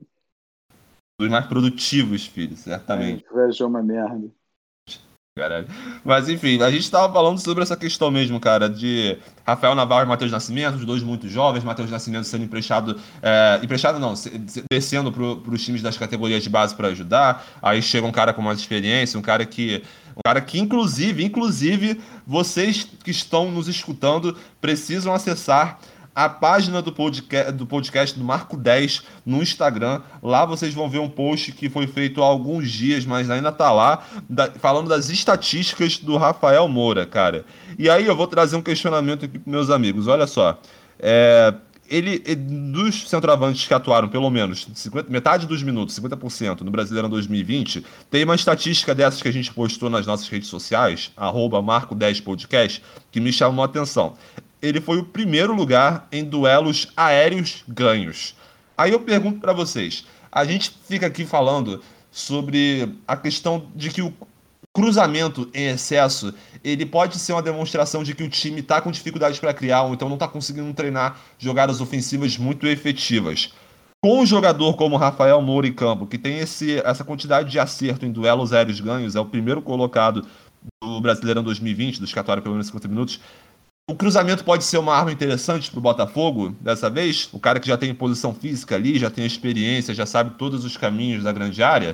dos mais produtivos, filho, É, certamente. inveja é uma merda. Caralho. Mas enfim, a gente tava falando sobre essa questão mesmo, cara, de Rafael Navarro e Matheus Nascimento, os dois muito jovens, Matheus Nascimento sendo emprestado, é, emprestado não, se- se- descendo pro, pros times das categorias de base para ajudar, aí chega um cara com mais experiência, um cara que, um cara que inclusive, inclusive, vocês que estão nos escutando precisam acessar a página do podcast, do podcast do Marco dez no Instagram. Lá vocês vão ver um post que foi feito há alguns dias, mas ainda tá lá, da- falando das estatísticas do Rafael Moura, cara. E aí eu vou trazer um questionamento aqui pros meus amigos. Olha só. É, ele, ele- dos centroavantes que atuaram pelo menos cinquenta metade dos minutos, cinquenta por cento no Brasileirão dois mil e vinte, tem uma estatística dessas que a gente postou nas nossas redes sociais, arroba Marco dez Podcast, que me chamou a atenção. Ele foi o primeiro lugar em duelos aéreos ganhos. Aí eu pergunto pra vocês, a gente fica aqui falando sobre a questão de que o cruzamento em excesso, ele pode ser uma demonstração de que o time está com dificuldade para criar, ou então não está conseguindo treinar jogadas ofensivas muito efetivas. Com um jogador como o Rafael Moura em campo, que tem esse, essa quantidade de acerto em duelos aéreos ganhos, é o primeiro colocado do Brasileirão dois mil e vinte, dos que atuaram pelo menos cinquenta minutos, o cruzamento pode ser uma arma interessante pro Botafogo dessa vez? O cara que já tem posição física ali, já tem experiência, já sabe todos os caminhos da grande área?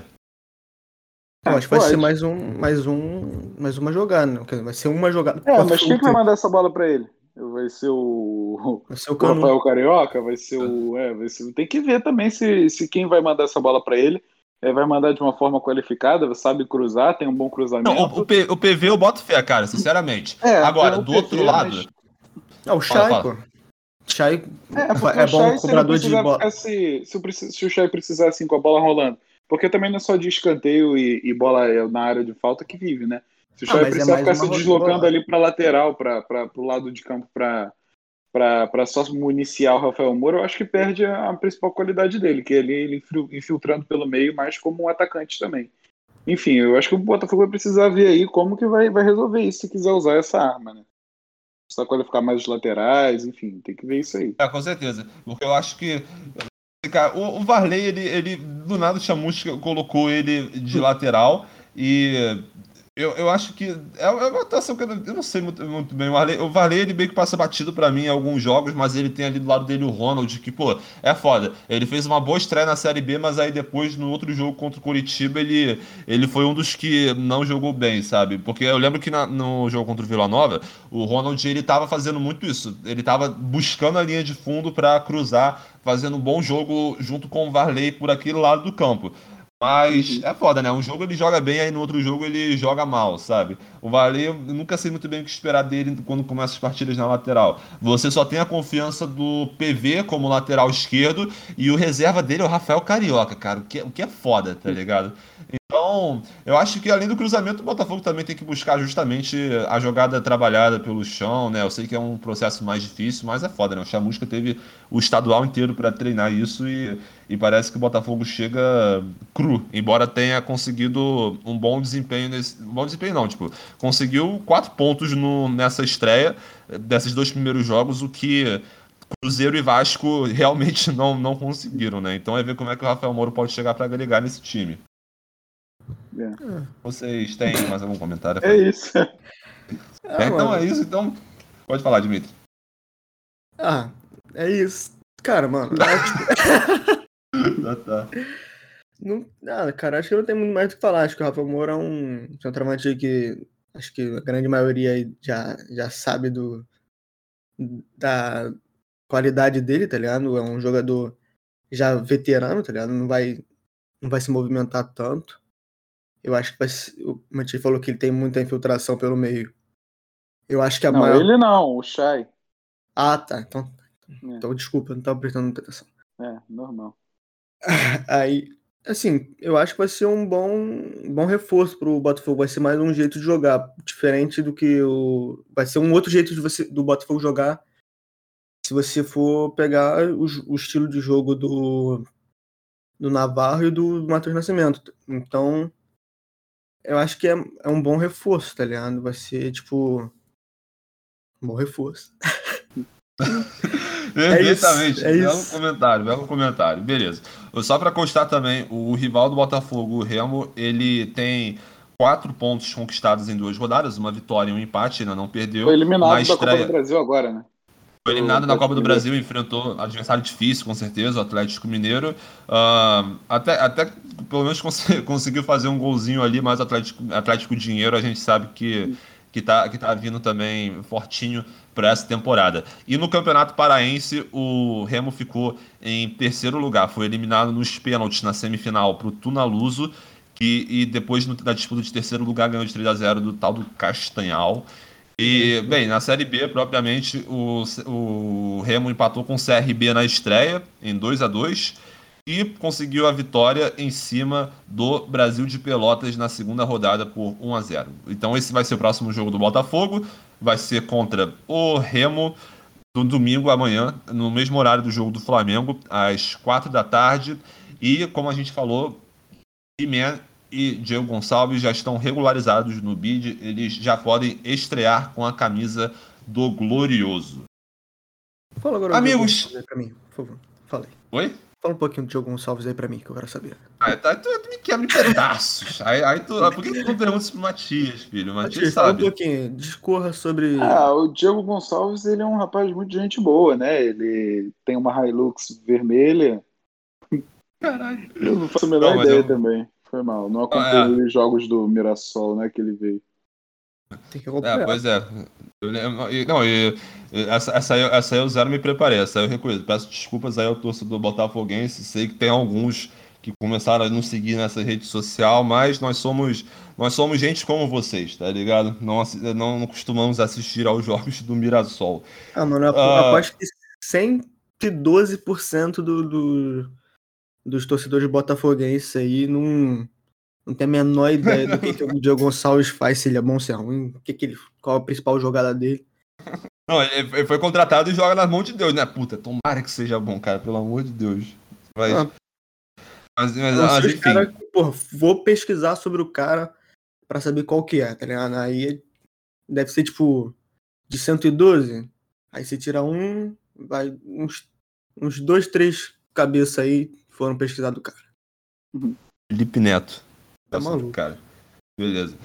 Eu acho que vai pode. ser mais um, mais um, mais uma jogada, né? Quer dizer, vai ser uma jogada. É, mas Botafogo quem que vai tem. mandar essa bola pra ele? Vai ser o, Vai ser o o Canu. Rafael Carioca? Vai ser o. É, vai ser... Tem que ver também se, se quem vai mandar essa bola pra ele é, vai mandar de uma forma qualificada, sabe cruzar, tem um bom cruzamento. Não, o, o, P- o P V eu boto fé, cara, sinceramente. É, Agora, tem o do P V, outro lado. mas- Ah, o Fala, Chay, fala. pô. Chay É, porque é o bom Chay, se ele cobrador de precisar bola. ficar se, se, o, preci- se o Chay precisar assim com a bola rolando. Porque também não é só de escanteio e, e bola na área de falta que vive, né? Se o Ah, Chay mas é precisar mais ficar uma se ro- deslocando bola. ali pra lateral, para o lado de campo pra para só municiar o Rafael Moura, eu acho que perde a, a principal qualidade dele, que é ele, ele infil- infiltrando pelo meio, mais como um atacante também. Enfim, eu acho que o Botafogo vai precisar ver aí como que vai, vai resolver isso se quiser usar essa arma, né? Só qualificar mais os laterais, enfim, tem que ver isso aí. É, com certeza. Porque eu acho que. Cara, o, o Varley, ele, ele. Do nada o Chamusca colocou ele de lateral. E. Eu, eu acho que é, é uma atuação que eu não, eu não sei muito, muito bem. O Varley, o Varley, ele meio que passa batido pra mim em alguns jogos, mas ele tem ali do lado dele o Ronald, que, pô, é foda. Ele fez uma boa estreia na Série B, mas aí depois, no outro jogo contra o Curitiba, ele, ele foi um dos que não jogou bem, sabe? Porque eu lembro que na- no jogo contra o Vila Nova, o Ronald, ele tava fazendo muito isso. Ele tava buscando a linha de fundo pra cruzar, fazendo um bom jogo junto com o Varley por aquele lado do campo. Mas Uhum. é foda, né? Um jogo ele joga bem, aí no outro jogo ele joga mal, sabe? O Varley, eu nunca sei muito bem o que esperar dele quando começa as partidas na lateral. Você só tem a confiança do P V como lateral esquerdo e o reserva dele é o Rafael Carioca, cara. O que, é- o que é foda, tá ligado? Então, eu acho que além do cruzamento, o Botafogo também tem que buscar justamente a jogada trabalhada pelo chão, né? Eu sei que é um processo mais difícil, mas é foda, né? O Chamusca teve o estadual inteiro pra treinar isso e, e parece que o Botafogo chega cru, embora tenha conseguido um bom desempenho nesse. Um bom desempenho não, tipo, conseguiu quatro pontos no, nessa estreia eh, desses dois primeiros jogos, o que Cruzeiro e Vasco realmente não, não conseguiram, né? Então é ver como é que o Rafael Moro pode chegar pra agregar nesse time. É. Vocês têm mais algum comentário? É isso. Ah, É, então mano. é isso, então. Pode falar, Dimitri. Ah, é isso. Cara, mano, é, tipo, Tá, tá. não, ah, cara, acho que não tem muito mais o que falar. Acho que o Rafael Moura é um centroavante aí que acho que a grande maioria aí já, já sabe do, da qualidade dele, tá ligado? É um jogador já veterano, tá ligado? Não vai, não vai se movimentar tanto. Eu acho que vai ser- o Matias falou que ele tem muita infiltração pelo meio. Eu acho que a Não, maior. ele não, o Chay. Ah, tá. Então, É, então desculpa, eu não tava prestando muita atenção. é, normal. Aí, Assim, eu acho que vai ser um bom, bom reforço pro Botafogo. Vai ser mais um jeito de jogar, diferente do que o. Vai ser um outro jeito de você, do Botafogo jogar se você for pegar o, o estilo de jogo do, do Navarro e do Matheus Nascimento. Então, eu acho que é, é um bom reforço, tá ligado? Vai ser, tipo, um bom reforço. Perfeitamente, é belo isso. comentário, belo comentário, beleza. Só para constar também, o rival do Botafogo, o Remo, ele tem quatro pontos conquistados em duas rodadas, uma vitória e um empate, ainda não perdeu. Foi Na eliminado da Copa do estreia, Brasil agora, né? foi eliminado O na Copa do Atlético Mineiro. Brasil, enfrentou adversário difícil, com certeza, o Atlético Mineiro. Ah, até, até pelo menos cons- conseguiu fazer um golzinho ali, mas o Atlético, Atlético Dinheiro a gente sabe que, que, tá, que tá vindo também fortinho para essa temporada. E no Campeonato Paraense, o Remo ficou em terceiro lugar, foi eliminado nos pênaltis na semifinal para o Tunaluso, que, e depois no- da disputa de terceiro lugar ganhou de três a zero do tal do Castanhal. E, bem, na Série B, propriamente, o, o Remo empatou com o C R B na estreia, em dois a dois, e conseguiu a vitória em cima do Brasil de Pelotas na segunda rodada por um a zero. Então esse vai ser o próximo jogo do Botafogo, vai ser contra o Remo, no domingo amanhã, no mesmo horário do jogo do Flamengo, às quatro da tarde, e, como a gente falou, He-Man e Diego Gonçalves já estão regularizados no bid, eles já podem estrear com a camisa do Glorioso. Fala agora Amigos! o Diogo Gonçalves aí pra mim, por favor. Fala aí. Oi? Fala um pouquinho do Diogo Gonçalves aí pra mim, que eu quero saber. Ah, tá, tu, tu me quebra em pedaços. Aí, aí tu, por que tu não pergunta isso pro Matias, filho? O Matias Matias, fala um sabe. pouquinho, discorra sobre... Ah, o Diego Gonçalves, ele é um rapaz muito gente boa, né? Ele tem uma Hilux vermelha. Caralho. Eu não faço a menor Não, mas ideia eu... também. Foi mal. Não Não, é, acompanhei os jogos do Mirassol, né? Que ele veio. Tem que é, acompanhar. pois é. Eu lembro- e- não, e, e essa, essa, aí, essa aí eu zero me preparei, essa aí eu reconheço. Peço desculpas aí ao torcedor botafoguense, sei que tem alguns que começaram a nos seguir nessa rede social, mas nós somos, nós somos gente como vocês, tá ligado? Não, assi- não, não costumamos assistir aos jogos do Mirassol. Ah, mano, eu apo- Ah, aposto que cento e doze por cento do, do, dos torcedores botafoguenses aí não, não tem a menor ideia do que, que o Diogo Gonçalves faz, se ele é bom, se é ruim, o que que ele, qual a principal jogada dele. não, ele ele foi contratado e joga nas mãos de Deus, né? Puta, tomara que seja bom, cara, pelo amor de Deus. Mas, Ah, mas, a mas, não ser mas os enfim. caras que, pô, vou pesquisar sobre o cara pra saber qual que é, tá ligado? Aí deve ser, tipo, de cento e doze, aí você tira um, vai uns, uns dois, três cabeças aí foram pesquisar do cara. Felipe Neto. Tá Essa- maluco. Cara, beleza.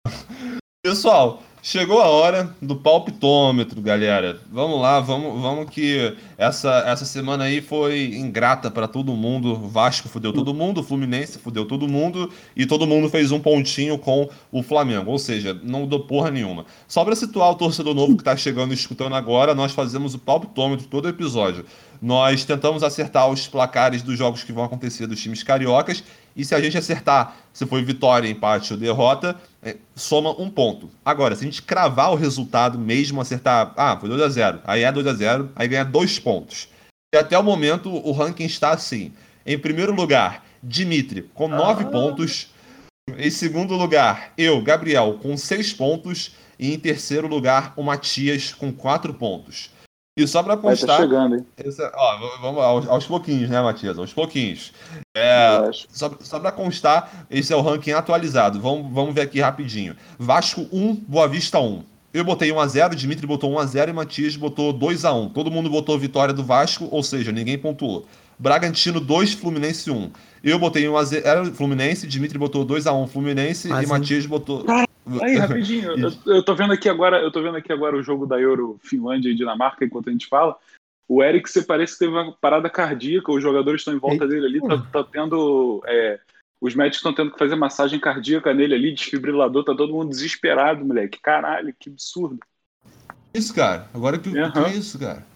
Pessoal, chegou a hora do palpitômetro, galera. Vamos lá, vamos, vamos que essa, essa semana aí foi ingrata para todo mundo. O Vasco fudeu todo mundo, o Fluminense fudeu todo mundo e todo mundo fez um pontinho com o Flamengo. Ou seja, não deu porra nenhuma. Só para situar o torcedor novo que tá chegando e escutando agora, nós fazemos o palpitômetro todo episódio. Nós tentamos acertar os placares dos jogos que vão acontecer dos times cariocas. E se a gente acertar se foi vitória, empate ou derrota, é, soma um ponto. Agora, se a gente cravar o resultado mesmo, acertar, ah, foi dois a zero, aí é dois a zero, aí ganha dois pontos. E até o momento o ranking está assim. Em primeiro lugar, Dimitri, com nove Ah. pontos. Em segundo lugar, eu, Gabriel, com seis pontos. E em terceiro lugar, o Matias, com quatro pontos. E só para Vai tá constar... chegando, hein? Essa- ó, vamos aos, aos pouquinhos, né, Matias? Aos pouquinhos. É, Relaxa. só, só para constar, esse é o ranking atualizado. Vamos, vamos ver aqui rapidinho. Vasco um, Boa Vista um. Eu botei um a zero, Dimitri botou um a zero e Matias botou dois a um. Todo mundo botou vitória do Vasco, ou seja, ninguém pontuou. Bragantino dois, Fluminense um. Eu botei um a zero Fluminense, Dimitri botou dois a um Fluminense Quase. e Matias botou... Aí, rapidinho, eu, eu tô vendo aqui agora, eu tô vendo aqui agora o jogo da Euro Finlândia e Dinamarca, enquanto a gente fala. O Eriksen parece que teve uma parada cardíaca, os jogadores estão em volta Eita. dele ali, tá, tá tendo. É, os médicos estão tendo que fazer massagem cardíaca nele ali, desfibrilador, tá todo mundo desesperado, moleque. Caralho, que absurdo. Isso, cara. Agora que, Uhum. que é isso, cara?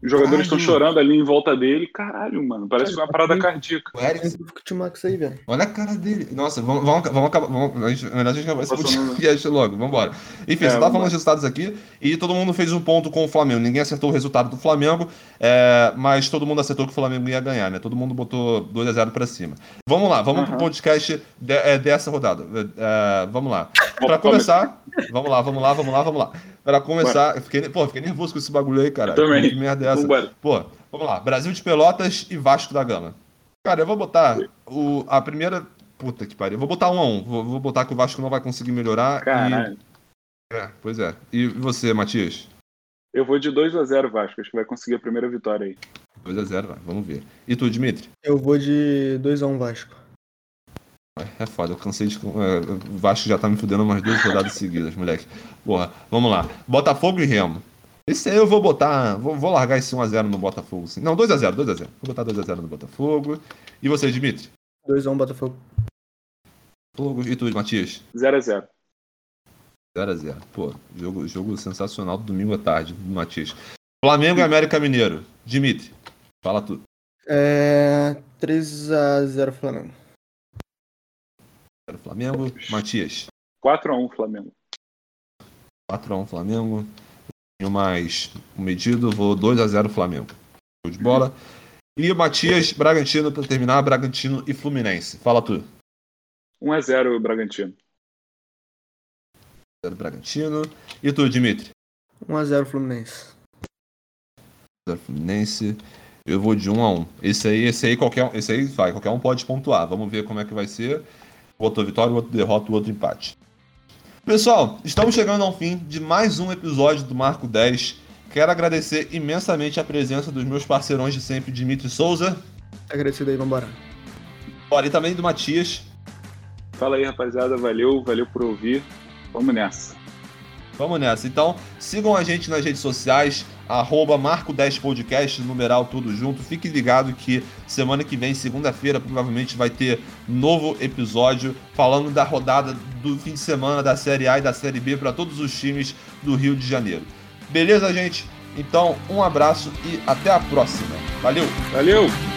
Os jogadores estão Caralho. chorando ali em volta dele. Caralho, mano. Parece uma parada cardíaca. O Eriksen, Max aí, velho. olha a cara dele. Nossa, vamos, vamos, vamos acabar. Vamos, a gente, melhor a gente acabar esse Passando- podcast logo. Vambora. Enfim, É, você tava vambora. falando os resultados aqui e todo mundo fez um ponto com o Flamengo. Ninguém acertou o resultado do Flamengo, é, mas todo mundo acertou que o Flamengo ia ganhar, né? Todo mundo botou dois a zero pra cima. Vamos lá, vamos pro Aham. podcast de- é, dessa rodada. É, vamos lá. Pra Vamos começar, vamos lá, vamos lá, vamos lá, vamos lá. Pra começar, eu fiquei, pô, fiquei nervoso com esse bagulho aí, cara. Eu também. Que merda é essa? Vambora. Pô, vamos lá. Brasil de Pelotas e Vasco da Gama. Cara, eu vou botar o, a primeira. Puta que pariu. Eu vou botar um a um. Vou, vou botar que o Vasco não vai conseguir melhorar. Caralho. E... É, pois é. E você, Matias? Eu vou de dois a zero, Vasco. Acho que vai conseguir a primeira vitória aí. dois a zero, vai. Vamos ver. E tu, Dimitri? Eu vou de dois a um Vasco. É foda, eu cansei de. é, O Vasco já tá me fudendo umas duas rodadas seguidas, moleque. Porra, vamos lá. Botafogo e Remo. Esse aí eu vou botar. Vou, vou largar esse um a zero no Botafogo. Sim. Não, dois a zero, dois a zero. Vou botar dois a zero no Botafogo. E você, Dimitri? dois a um Botafogo. Fogo. E tu, Matias? zero a zero. zero a zero. Pô, jogo, jogo sensacional do domingo à tarde, do Matias. Flamengo e América Mineiro. Dimitri, fala tu. É. três a zero Flamengo. Flamengo. Matias. quatro a um Flamengo. quatro a um Flamengo. E mais medido, vou dois a zero Flamengo. Show de bola. E o Matias, Bragantino, pra terminar, Bragantino e Fluminense. Fala tu. um a zero Bragantino. zero Bragantino. E tu, Dimitri? um a zero Fluminense. zero Fluminense. Eu vou de um a um. Esse aí, esse aí, qualquer, esse aí vai, qualquer um pode pontuar. Vamos ver como é que vai ser. O outro vitória, o outro derrota, o outro empate. Pessoal, estamos chegando ao fim de mais um episódio do Marco dez. Quero agradecer imensamente a presença dos meus parceirões de sempre, Dimitri Souza. Agradecido aí, vambora. Bora, e também do Matias. Fala aí, rapaziada. Valeu, valeu por ouvir. Vamos nessa. Vamos nessa. Então, sigam a gente nas redes sociais, arroba Marco dez Podcast, numeral tudo junto. Fique ligado que semana que vem, segunda-feira, provavelmente vai ter novo episódio falando da rodada do fim de semana da Série A e da Série B para todos os times do Rio de Janeiro. Beleza, gente? Então, um abraço e até a próxima. Valeu! Valeu!